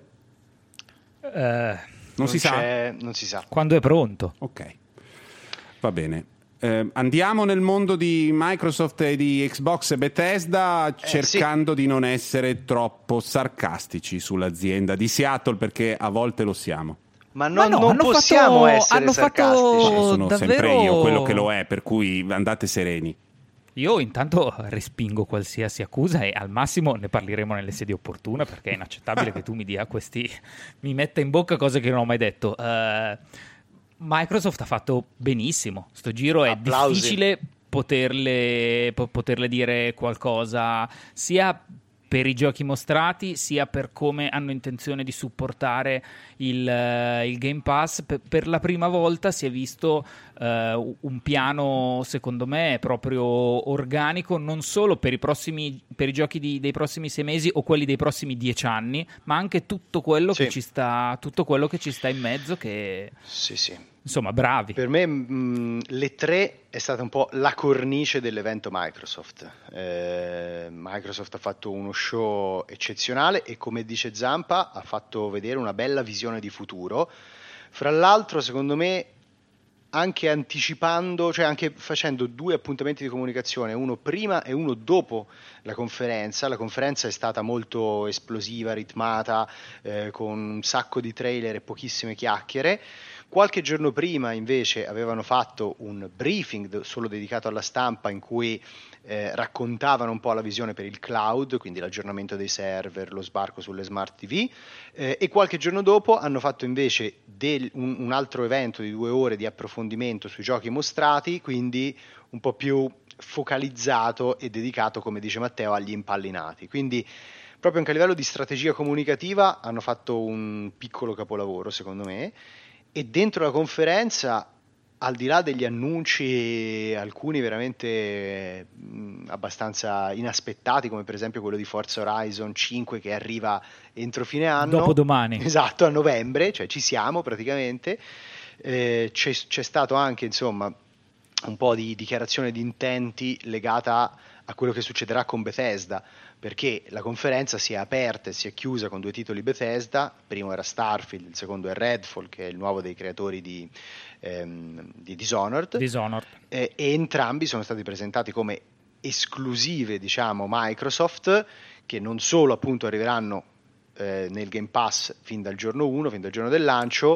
Non si sa. Quando è pronto. Ok, va bene. Andiamo nel mondo di Microsoft e di Xbox e Bethesda, cercando di non essere troppo sarcastici sull'azienda di Seattle, perché a volte lo siamo. Ma non possiamo essere sarcastici. Sono davvero... sempre io quello che lo è, per cui andate sereni. Io intanto respingo qualsiasi accusa e al massimo ne parleremo nelle sedi opportune, perché è inaccettabile che tu mi metta in bocca cose che non ho mai detto. Microsoft ha fatto benissimo, sto giro è Applausi. difficile poterle dire qualcosa sia per i giochi mostrati, sia per come hanno intenzione di supportare il Game Pass. Per la prima volta si è visto un piano, secondo me, proprio organico, non solo per i giochi dei prossimi 6 mesi o quelli dei prossimi 10 anni, ma anche tutto quello che ci sta in mezzo, che sì. Insomma, bravi. Per me l'E3 è stata un po' la cornice dell'evento Microsoft. Microsoft ha fatto uno show eccezionale e, come dice Zampa, ha fatto vedere una bella visione di futuro. Fra l'altro, secondo me, anche anticipando, cioè anche facendo 2 appuntamenti di comunicazione, uno prima e uno dopo la conferenza. La conferenza è stata molto esplosiva, ritmata, con un sacco di trailer e pochissime chiacchiere. Qualche giorno prima invece avevano fatto un briefing solo dedicato alla stampa, in cui raccontavano un po' la visione per il cloud, quindi l'aggiornamento dei server, lo sbarco sulle smart TV, e qualche giorno dopo hanno fatto invece un altro evento di 2 ore di approfondimento sui giochi mostrati, quindi un po' più focalizzato e dedicato, come dice Matteo, agli impallinati. Quindi proprio anche a livello di strategia comunicativa hanno fatto un piccolo capolavoro, secondo me. E dentro la conferenza, al di là degli annunci, alcuni veramente abbastanza inaspettati, come per esempio quello di Forza Horizon 5 che arriva entro fine anno, dopodomani, esatto, a novembre, cioè ci siamo praticamente. C'è stato anche, insomma, un po' di dichiarazione di intenti legata a quello che succederà con Bethesda, perché la conferenza si è aperta e si è chiusa con 2 titoli Bethesda. Il primo era Starfield, il secondo è Redfall, che è il nuovo dei creatori di Dishonored. E entrambi sono stati presentati come esclusive, diciamo, Microsoft, che non solo appunto arriveranno nel Game Pass fin dal giorno 1, fin dal giorno del lancio,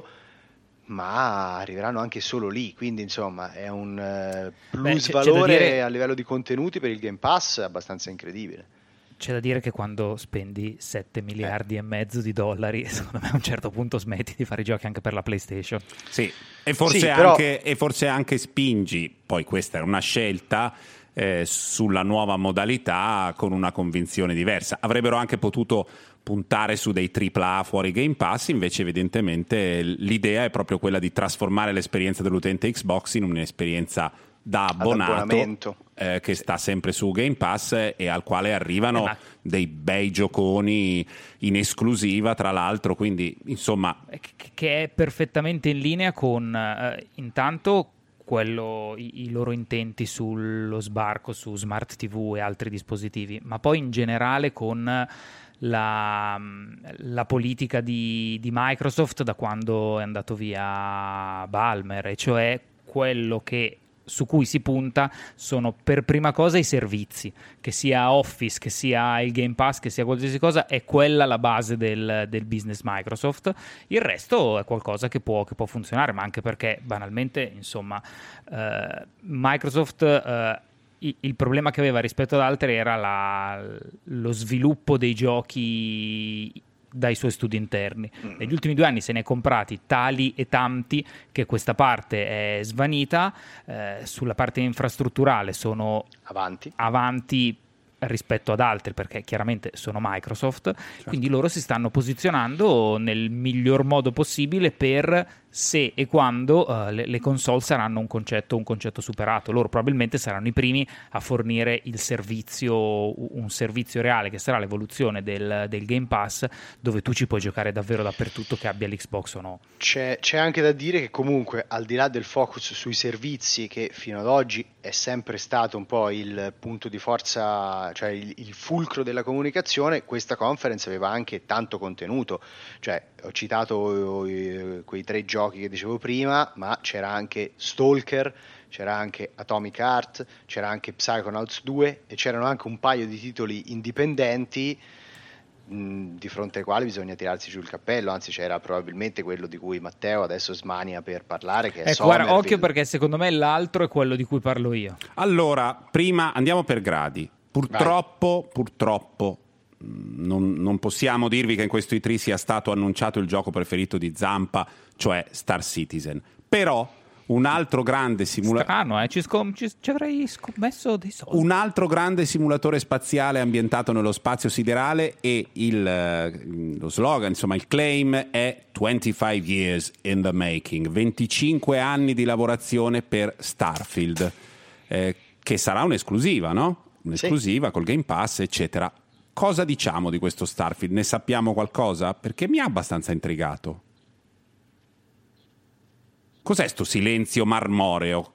ma arriveranno anche solo lì. Quindi insomma è un plus valore a livello di contenuti per il Game Pass abbastanza incredibile. C'è da dire che quando spendi 7 miliardi e mezzo di dollari, secondo me a un certo punto smetti di fare i giochi anche per la PlayStation. Sì, e forse anche spingi, poi questa è una scelta, sulla nuova modalità con una convinzione diversa. Avrebbero anche potuto puntare su dei AAA fuori Game Pass, invece evidentemente l'idea è proprio quella di trasformare l'esperienza dell'utente Xbox in un'esperienza da abbonato, abbonamento. Che sta sempre su Game Pass e al quale arrivano dei bei gioconi in esclusiva, tra l'altro, quindi insomma che è perfettamente in linea con intanto i loro intenti sullo sbarco su Smart TV e altri dispositivi, ma poi in generale con la politica di Microsoft da quando è andato via Ballmer, e cioè quello su cui si punta sono per prima cosa i servizi, che sia Office, che sia il Game Pass, che sia qualsiasi cosa, è quella la base del business Microsoft. Il resto è qualcosa che può funzionare, ma anche perché banalmente, insomma, Microsoft il problema che aveva rispetto ad altri era lo sviluppo dei giochi dai suoi studi interni. Negli ultimi 2 anni se ne è comprati tali e tanti che questa parte è svanita. Sulla parte infrastrutturale sono avanti rispetto ad altri, perché chiaramente sono Microsoft, certo. Quindi loro si stanno posizionando nel miglior modo possibile per se e quando le console saranno un concetto superato. Loro probabilmente saranno i primi a fornire un servizio reale, che sarà l'evoluzione del Game Pass, dove tu ci puoi giocare davvero dappertutto, che abbia l'Xbox o no. C'è anche da dire che comunque, al di là del focus sui servizi, che fino ad oggi è sempre stato un po' il punto di forza, cioè il fulcro della comunicazione, questa conference aveva anche tanto contenuto. Cioè, ho citato quei 3 giochi che dicevo prima, ma c'era anche Stalker, c'era anche Atomic Heart, c'era anche Psychonauts 2 e c'erano anche un paio di titoli indipendenti di fronte ai quali bisogna tirarsi giù il cappello. Anzi, c'era probabilmente quello di cui Matteo adesso smania per parlare, che è guarda, occhio, perché secondo me l'altro è quello di cui parlo io. Allora, prima andiamo per gradi. Purtroppo non possiamo dirvi che in questo E3 sia stato annunciato il gioco preferito di Zampa, cioè Star Citizen. Però un altro grande simulatore. Strano, ci avrei scommesso dei soldi. Un altro grande simulatore spaziale ambientato nello spazio siderale, e lo slogan, insomma il claim è 25 years in the making, 25 anni di lavorazione per Starfield, che sarà un'esclusiva, no? Un'esclusiva col Game Pass, eccetera. Cosa diciamo di questo Starfield? Ne sappiamo qualcosa? Perché mi ha abbastanza intrigato. Cos'è sto silenzio marmoreo?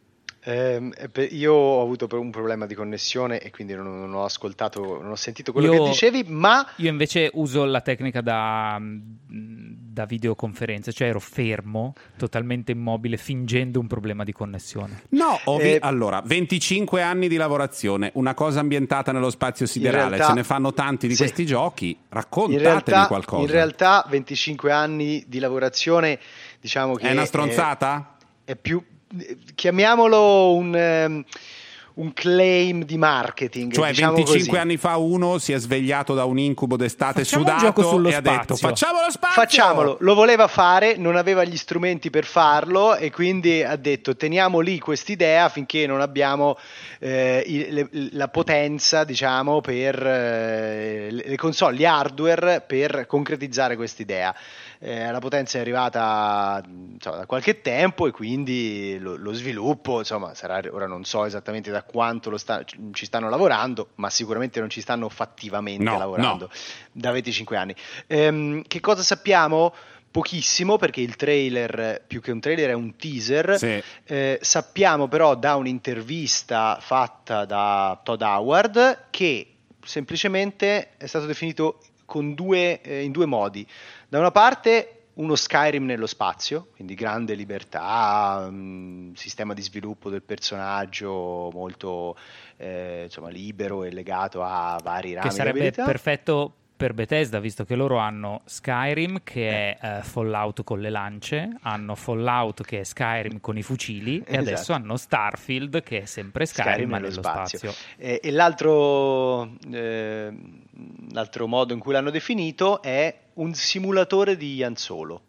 Io ho avuto un problema di connessione e quindi non ho ascoltato, non ho sentito quello che dicevi, ma io invece uso la tecnica da videoconferenza, cioè ero fermo, totalmente immobile, fingendo un problema di connessione. No, allora, 25 anni di lavorazione, una cosa ambientata nello spazio siderale, ce ne fanno tanti di questi giochi, raccontatemi qualcosa. In realtà 25 anni di lavorazione, diciamo che è una stronzata? È più, chiamiamolo un claim di marketing. Cioè, diciamo 25 così. anni fa uno si è svegliato da un incubo d'estate Facciamo sudato e ha detto facciamo lo spazio! Facciamolo, lo voleva fare, non aveva gli strumenti per farlo e quindi ha detto teniamo lì quest'idea finché non abbiamo la potenza, diciamo, per le console, gli hardware per concretizzare quest'idea. La potenza è arrivata, insomma, da qualche tempo, e quindi lo sviluppo, insomma, sarà, ora non so esattamente da quanto ci stanno lavorando, ma sicuramente non ci stanno fattivamente lavorando da 25 anni. Che cosa sappiamo? Pochissimo, perché il trailer, più che un trailer, è un teaser. Sì. Sappiamo però da un'intervista fatta da Todd Howard che semplicemente è stato definito in due modi. Da una parte uno Skyrim nello spazio, quindi grande libertà, sistema di sviluppo del personaggio molto insomma libero e legato a vari rami. Che sarebbe perfetto per Bethesda, visto che loro hanno Skyrim che è Fallout con le lance, hanno Fallout che è Skyrim con i fucili, e adesso hanno Starfield che è sempre Skyrim ma nello spazio. E l'altro modo in cui l'hanno definito è un simulatore di Ian Solo.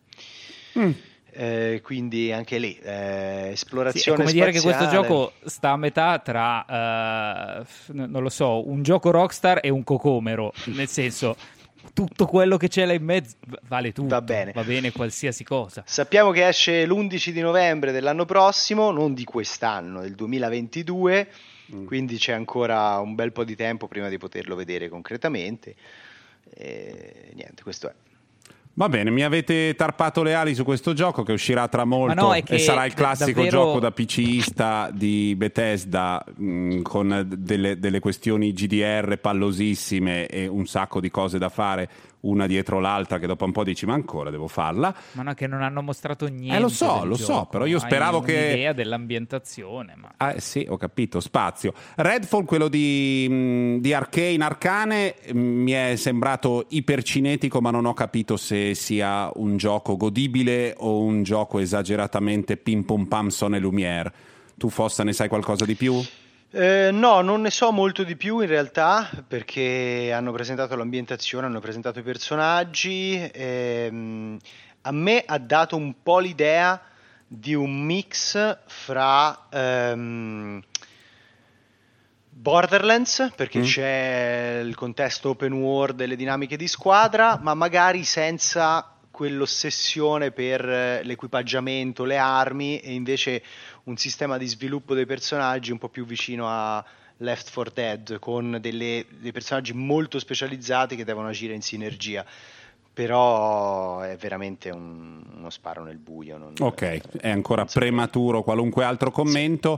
Quindi anche lì esplorazione è come spaziale. dire che questo gioco sta a metà tra non lo so, un gioco Rockstar e un cocomero, nel senso tutto quello che c'è là in mezzo vale tutto, Va bene qualsiasi cosa. Sappiamo che esce l'11 di novembre dell'anno prossimo, non di quest'anno, del 2022, quindi c'è ancora un bel po' di tempo prima di poterlo vedere concretamente. E niente, questo è. Va bene, mi avete tarpato le ali su questo gioco che uscirà tra molto e sarà il classico davvero... gioco da PCista di Bethesda con delle questioni GDR pallosissime e un sacco di cose da fare una dietro l'altra che dopo un po' dici ma ancora devo farla. Ma no, che non hanno mostrato niente. Lo so, però io speravo Hai che... un'idea dell'ambientazione. Ma... sì, ho capito, spazio. Redfall, quello di Arcane, mi è sembrato ipercinetico, ma non ho capito se sia un gioco godibile o un gioco esageratamente pim pum pam son e lumière. Tu, Fossa, ne sai qualcosa di più? No, non ne so molto di più in realtà, perché hanno presentato l'ambientazione, hanno presentato i personaggi. A me ha dato un po' l'idea di un mix fra Borderlands, perché c'è il contesto open world e le dinamiche di squadra, ma magari senza quell'ossessione per l'equipaggiamento, le armi, e invece un sistema di sviluppo dei personaggi un po' più vicino a Left 4 Dead, con dei personaggi molto specializzati che devono agire in sinergia. Però è veramente uno sparo nel buio. Ok, è ancora prematuro qualunque altro commento.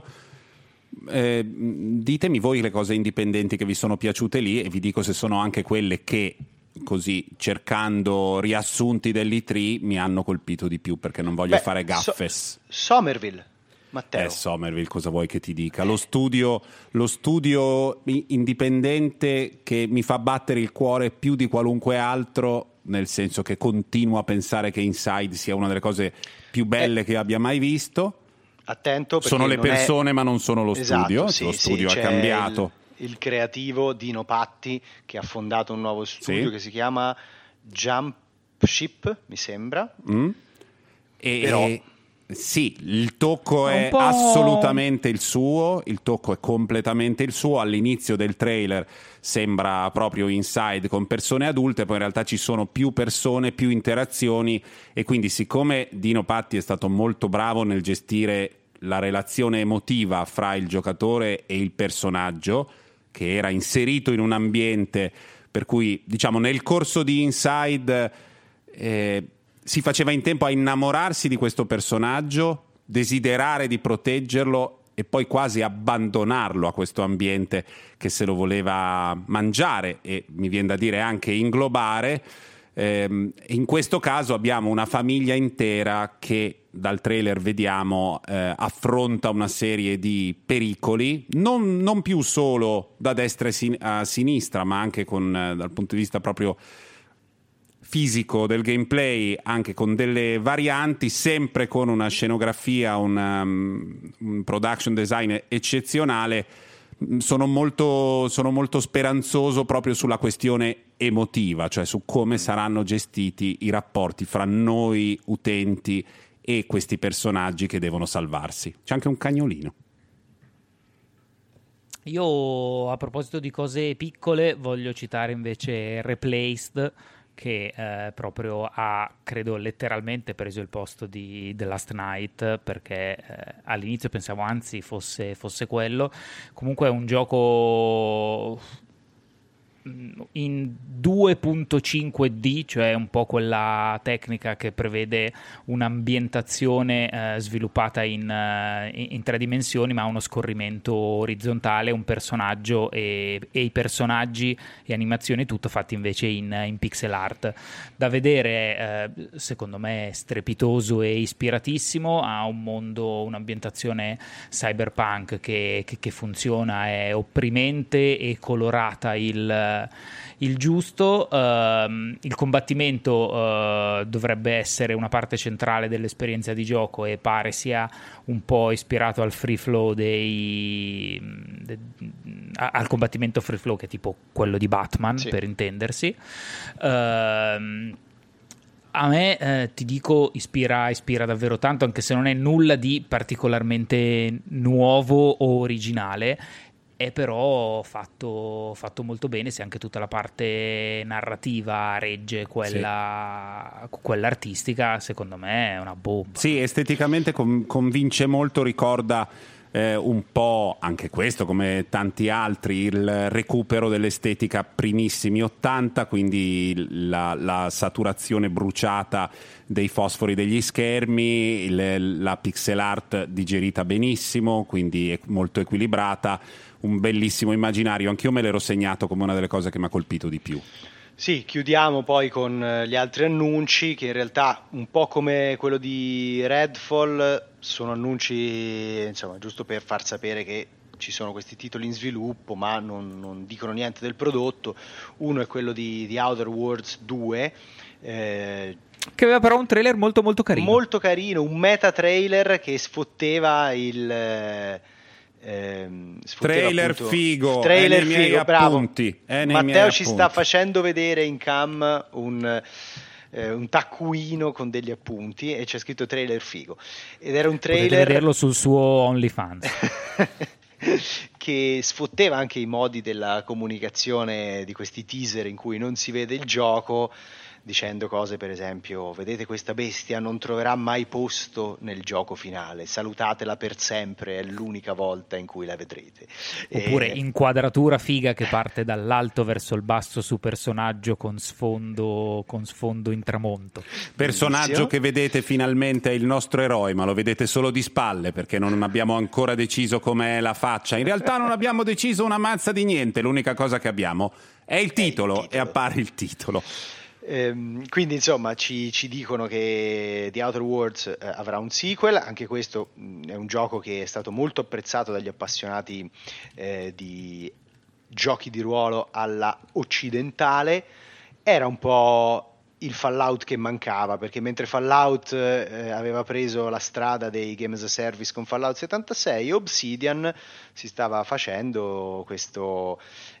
Ditemi voi le cose indipendenti che vi sono piaciute lì e vi dico se sono anche quelle che, così cercando riassunti dell'E3, mi hanno colpito di più, perché non voglio fare gaffes. Somerville, Matteo. Somerville, cosa vuoi che ti dica? Lo studio indipendente che mi fa battere il cuore più di qualunque altro, nel senso che continuo a pensare che Inside sia una delle cose più belle che abbia mai visto. Attento, perché sono le persone ma non sono lo studio. Esatto, lo studio è cambiato. Il creativo Dino Patti, che ha fondato un nuovo studio che si chiama Jumpship, mi sembra. Però sì, il tocco è assolutamente il suo, il tocco è completamente il suo. All'inizio del trailer sembra proprio Inside con persone adulte, poi in realtà ci sono più persone, più interazioni, e quindi siccome Dino Patti è stato molto bravo nel gestire la relazione emotiva fra il giocatore e il personaggio, che era inserito in un ambiente per cui, diciamo, nel corso di Inside si faceva in tempo a innamorarsi di questo personaggio, desiderare di proteggerlo e poi quasi abbandonarlo a questo ambiente che se lo voleva mangiare e, mi viene da dire, anche inglobare. In questo caso abbiamo una famiglia intera che dal trailer vediamo affronta una serie di pericoli, non più solo da destra a sinistra, ma anche dal punto di vista proprio fisico del gameplay, anche con delle varianti, sempre con una scenografia, un production design eccezionale. Sono molto speranzoso proprio sulla questione emotiva, cioè su come saranno gestiti i rapporti fra noi utenti e questi personaggi che devono salvarsi. C'è anche un cagnolino. Io, a proposito di cose piccole, voglio citare invece Replaced, che proprio ha, credo, letteralmente preso il posto di The Last Night, perché all'inizio pensavo anzi fosse quello. Comunque è un gioco in 2.5D, cioè un po' quella tecnica che prevede un'ambientazione sviluppata in tre dimensioni, ma uno scorrimento orizzontale, un personaggio e i personaggi e animazioni, tutto fatti invece in pixel art. Da vedere, secondo me, strepitoso e ispiratissimo, ha un mondo, un'ambientazione cyberpunk che funziona, è opprimente e colorata il giusto. Il combattimento dovrebbe essere una parte centrale dell'esperienza di gioco e pare sia un po' ispirato al free flow al combattimento free flow, che è tipo quello di Batman, per intendersi. A me, ti dico, ispira davvero tanto, anche se non è nulla di particolarmente nuovo o originale. è però fatto molto bene, se anche tutta la parte narrativa regge quella artistica, secondo me è una bomba. Sì, esteticamente convince molto, ricorda un po' anche questo, come tanti altri, il recupero dell'estetica primissimi 80, quindi la saturazione bruciata dei fosfori degli schermi, la pixel art digerita benissimo, quindi è molto equilibrata, un bellissimo immaginario. Anch'io me l'ero segnato come una delle cose che mi ha colpito di più. Sì, chiudiamo poi con gli altri annunci, che in realtà un po' come quello di Redfall sono annunci, insomma, giusto per far sapere che ci sono questi titoli in sviluppo, ma non dicono niente del prodotto. Uno è quello di Outer Worlds 2, che aveva però un trailer molto molto carino. Molto carino, un meta trailer che sfotteva trailer appunto, figo, trailer nei miei figo, bravo. appunti, Matteo ci sta facendo vedere in cam un taccuino con degli appunti e c'è scritto trailer figo, ed era un trailer, potete vederlo sul suo OnlyFans che sfotteva anche i modi della comunicazione di questi teaser in cui non si vede il gioco, dicendo cose, per esempio, vedete questa bestia non troverà mai posto nel gioco finale, salutatela per sempre, è l'unica volta in cui la vedrete. Oppure inquadratura figa che parte dall'alto verso il basso su personaggio con sfondo in tramonto. Personaggio Bellissimo. Che vedete finalmente è il nostro eroe, ma lo vedete solo di spalle perché non abbiamo ancora deciso com'è la faccia. In realtà non abbiamo deciso una mazza di niente, l'unica cosa che abbiamo è il titolo. E appare il titolo. Quindi insomma ci dicono che The Outer Worlds avrà un sequel. Anche questo è un gioco che è stato molto apprezzato dagli appassionati di giochi di ruolo alla occidentale. Era un po' il Fallout che mancava, perché mentre Fallout aveva preso la strada dei game as a service con Fallout 76, Obsidian si stava facendo questo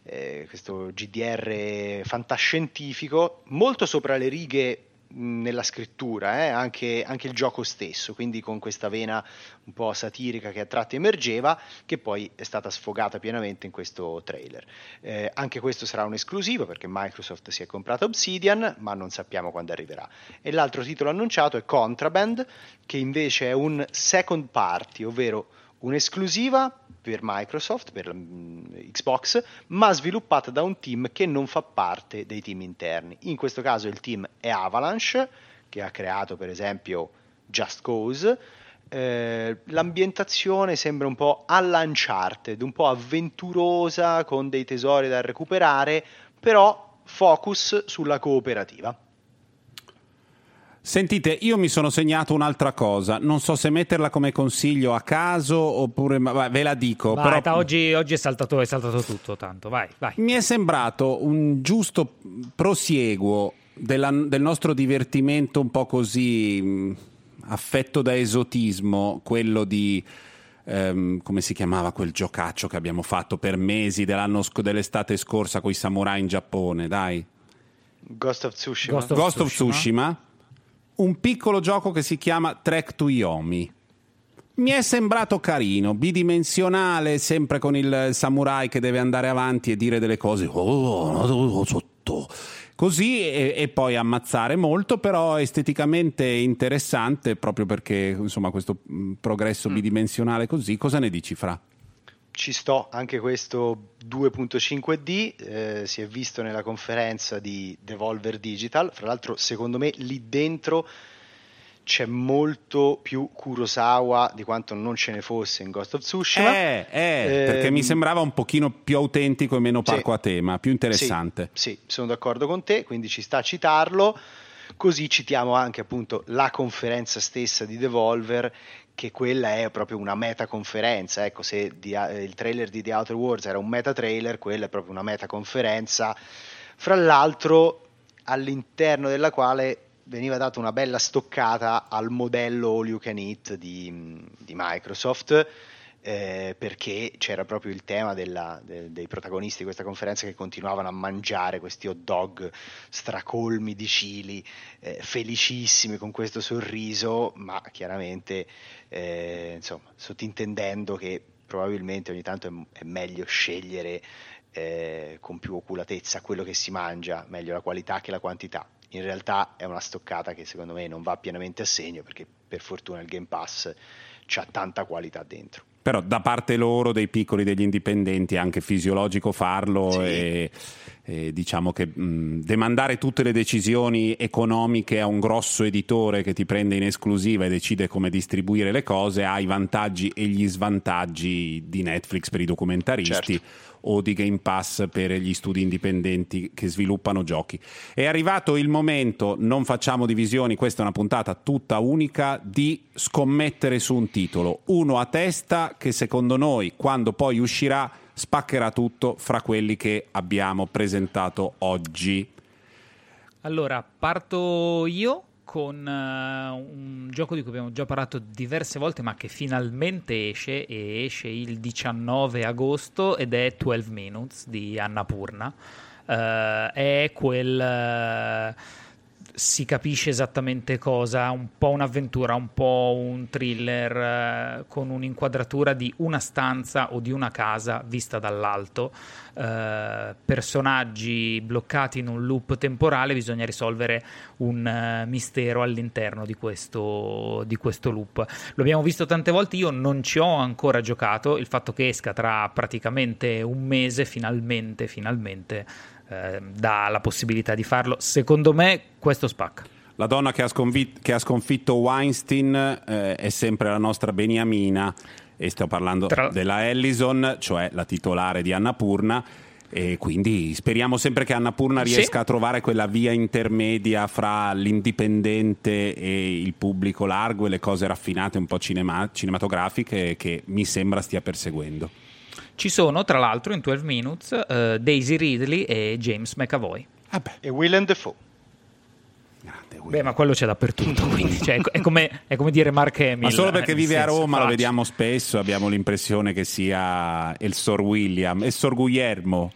GDR fantascientifico molto sopra le righe nella scrittura, anche il gioco stesso, quindi con questa vena un po' satirica che a tratti emergeva, che poi è stata sfogata pienamente in questo trailer. Anche questo sarà un'esclusiva perché Microsoft si è comprata Obsidian, ma non sappiamo quando arriverà. E l'altro titolo annunciato è Contraband, che invece è un second party, ovvero un'esclusiva per Microsoft, per Xbox, ma sviluppata da un team che non fa parte dei team interni. In questo caso il team è Avalanche, che ha creato per esempio Just Cause. L'ambientazione sembra un po' all'Uncharted, un po' avventurosa, con dei tesori da recuperare, però focus sulla cooperativa. Sentite, io mi sono segnato un'altra cosa, non so se metterla come consiglio a caso oppure ve la dico. Vai, però oggi è saltato tutto, tanto, vai. Mi è sembrato un giusto prosieguo del nostro divertimento un po' così affetto da esotismo, quello di come si chiamava quel giocaccio che abbiamo fatto per mesi dell'estate scorsa con i samurai in Giappone, dai. Ghost of Tsushima. Ghost of Tsushima. Un piccolo gioco che si chiama Trek to Yomi. Mi è sembrato carino, bidimensionale, sempre con il samurai che deve andare avanti e dire delle cose sotto così e poi ammazzare molto, però esteticamente interessante, proprio perché insomma questo progresso bidimensionale così. Cosa ne dici, Fra? Ci sto, anche questo 2.5D si è visto nella conferenza di Devolver Digital. Fra l'altro, secondo me lì dentro c'è molto più Kurosawa di quanto non ce ne fosse in Ghost of Tsushima. Perché mi sembrava un pochino più autentico e meno parco a tema, più interessante. Sì, sono d'accordo con te, quindi ci sta a citarlo. Così citiamo anche appunto la conferenza stessa di Devolver, che quella è proprio una meta conferenza. Ecco, se il trailer di The Outer Worlds era un meta trailer, quella è proprio una meta conferenza, fra l'altro all'interno della quale veniva data una bella stoccata al modello all you can eat di Microsoft, perché c'era proprio il tema dei protagonisti di questa conferenza che continuavano a mangiare questi hot dog stracolmi di chili, felicissimi con questo sorriso, ma chiaramente insomma sottintendendo che probabilmente ogni tanto è meglio scegliere con più oculatezza quello che si mangia, meglio la qualità che la quantità. In realtà è una stoccata che secondo me non va pienamente a segno, perché per fortuna il Game Pass c'ha tanta qualità dentro. Però da parte loro, dei piccoli, degli indipendenti, è anche fisiologico farlo, Sì. e diciamo che demandare tutte le decisioni economiche a un grosso editore che ti prende in esclusiva e decide come distribuire le cose ha i vantaggi e gli svantaggi di Netflix per i documentaristi, Certo. o di Game Pass per gli studi indipendenti che sviluppano giochi. È arrivato il momento, non facciamo divisioni, questa è una puntata tutta unica, di scommettere su un titolo, uno a testa, che secondo noi, quando poi uscirà, spaccherà tutto fra quelli che abbiamo presentato oggi. Allora, parto io con un gioco di cui abbiamo già parlato diverse volte, ma che finalmente esce, e esce il 19 agosto, ed è 12 Minutes di Annapurna. È quel... si capisce esattamente cosa, un po' un'avventura, un po' un thriller, con un'inquadratura di una stanza o di una casa vista dall'alto, personaggi bloccati in un loop temporale, bisogna risolvere un mistero all'interno di questo loop. Lo abbiamo visto tante volte, io non ci ho ancora giocato, il fatto che esca tra praticamente un mese finalmente dà la possibilità di farlo. Secondo me questo spacca. La donna che ha sconfitto Weinstein è sempre la nostra beniamina, e sto parlando della Ellison, cioè la titolare di Annapurna, e quindi speriamo sempre che Annapurna riesca a trovare quella via intermedia fra l'indipendente e il pubblico largo e le cose raffinate un po' cinematografiche che mi sembra stia perseguendo. Ci sono, tra l'altro, in 12 Minutes Daisy Ridley e James McAvoy. E Willem Dafoe. Beh, ma quello c'è dappertutto, quindi cioè, è come dire Mark Hamill. Ma solo perché vive a Roma, lo vediamo spesso, abbiamo l'impressione che sia il Sor William, il Sor Guglielmo.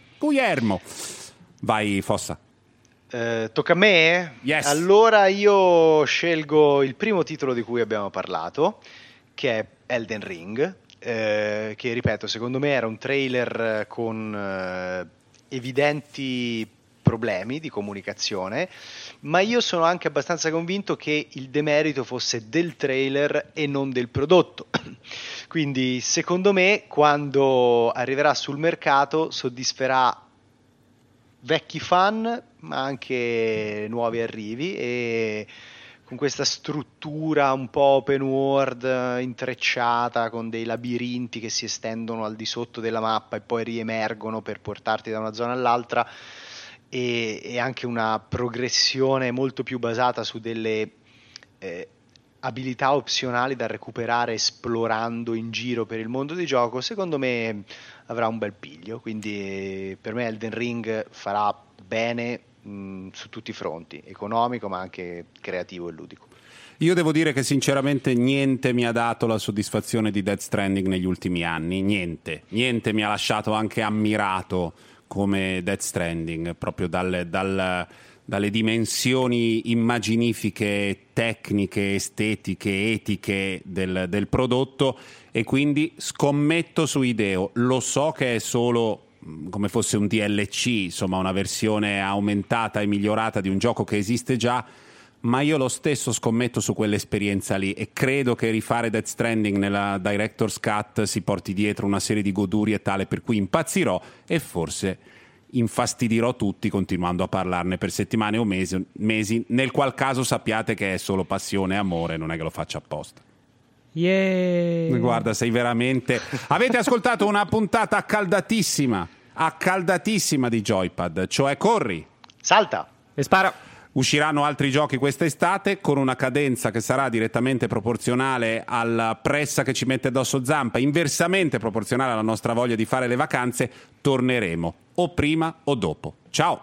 Vai, Fossa. Tocca a me? Yes. Allora io scelgo il primo titolo di cui abbiamo parlato, che è Elden Ring, che ripeto, secondo me era un trailer con evidenti problemi di comunicazione, ma io sono anche abbastanza convinto che il demerito fosse del trailer e non del prodotto. Quindi secondo me quando arriverà sul mercato soddisferà vecchi fan ma anche nuovi arrivi, e con questa struttura un po' open world intrecciata con dei labirinti che si estendono al di sotto della mappa e poi riemergono per portarti da una zona all'altra, e anche una progressione molto più basata su delle abilità opzionali da recuperare esplorando in giro per il mondo di gioco, secondo me avrà un bel piglio. Quindi per me Elden Ring farà bene su tutti i fronti, economico ma anche creativo e ludico. Io devo dire che sinceramente niente mi ha dato la soddisfazione di Death Stranding negli ultimi anni, niente mi ha lasciato anche ammirato come Death Stranding, proprio dalle dimensioni immaginifiche, tecniche, estetiche, etiche del prodotto, e quindi scommetto su Ideo. Lo so che è solo come fosse un DLC, insomma una versione aumentata e migliorata di un gioco che esiste già, ma io lo stesso scommetto su quell'esperienza lì, e credo che rifare Death Stranding nella Director's Cut si porti dietro una serie di godurie tale per cui impazzirò e forse infastidirò tutti continuando a parlarne per settimane o mesi, nel qual caso sappiate che è solo passione e amore, non è che lo faccia apposta. Yeah. Guarda, sei veramente... Avete ascoltato una puntata accaldatissima di Joypad, cioè corri, salta e spara. Usciranno altri giochi quest'estate con una cadenza che sarà direttamente proporzionale alla pressa che ci mette addosso Zampa, inversamente proporzionale alla nostra voglia di fare le vacanze. Torneremo o prima o dopo. Ciao!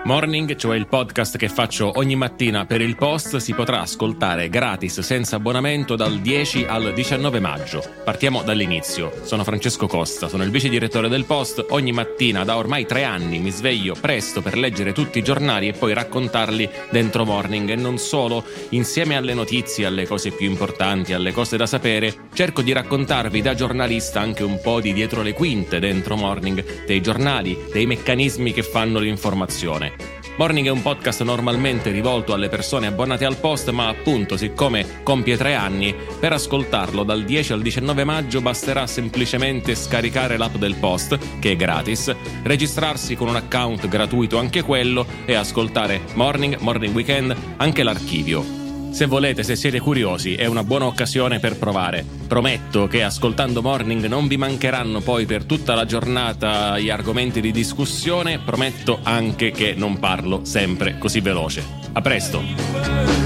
Morning, cioè il podcast che faccio ogni mattina per il Post, si potrà ascoltare gratis senza abbonamento dal 10 al 19 maggio. Partiamo dall'inizio. Sono Francesco Costa, sono il vice direttore del Post. Ogni mattina da ormai 3 anni mi sveglio presto per leggere tutti i giornali e poi raccontarli dentro Morning, e non solo. Insieme alle notizie, alle cose più importanti, alle cose da sapere, cerco di raccontarvi da giornalista anche un po' di dietro le quinte dentro Morning, dei giornali, dei meccanismi che fanno l'informazione. Morning è un podcast normalmente rivolto alle persone abbonate al Post, ma appunto, siccome compie 3 anni, per ascoltarlo dal 10 al 19 maggio basterà semplicemente scaricare l'app del Post, che è gratis, registrarsi con un account gratuito anche quello e ascoltare Morning Weekend, anche l'archivio. Se volete, se siete curiosi, è una buona occasione per provare. Prometto che ascoltando Morning non vi mancheranno poi per tutta la giornata gli argomenti di discussione. Prometto anche che non parlo sempre così veloce. A presto!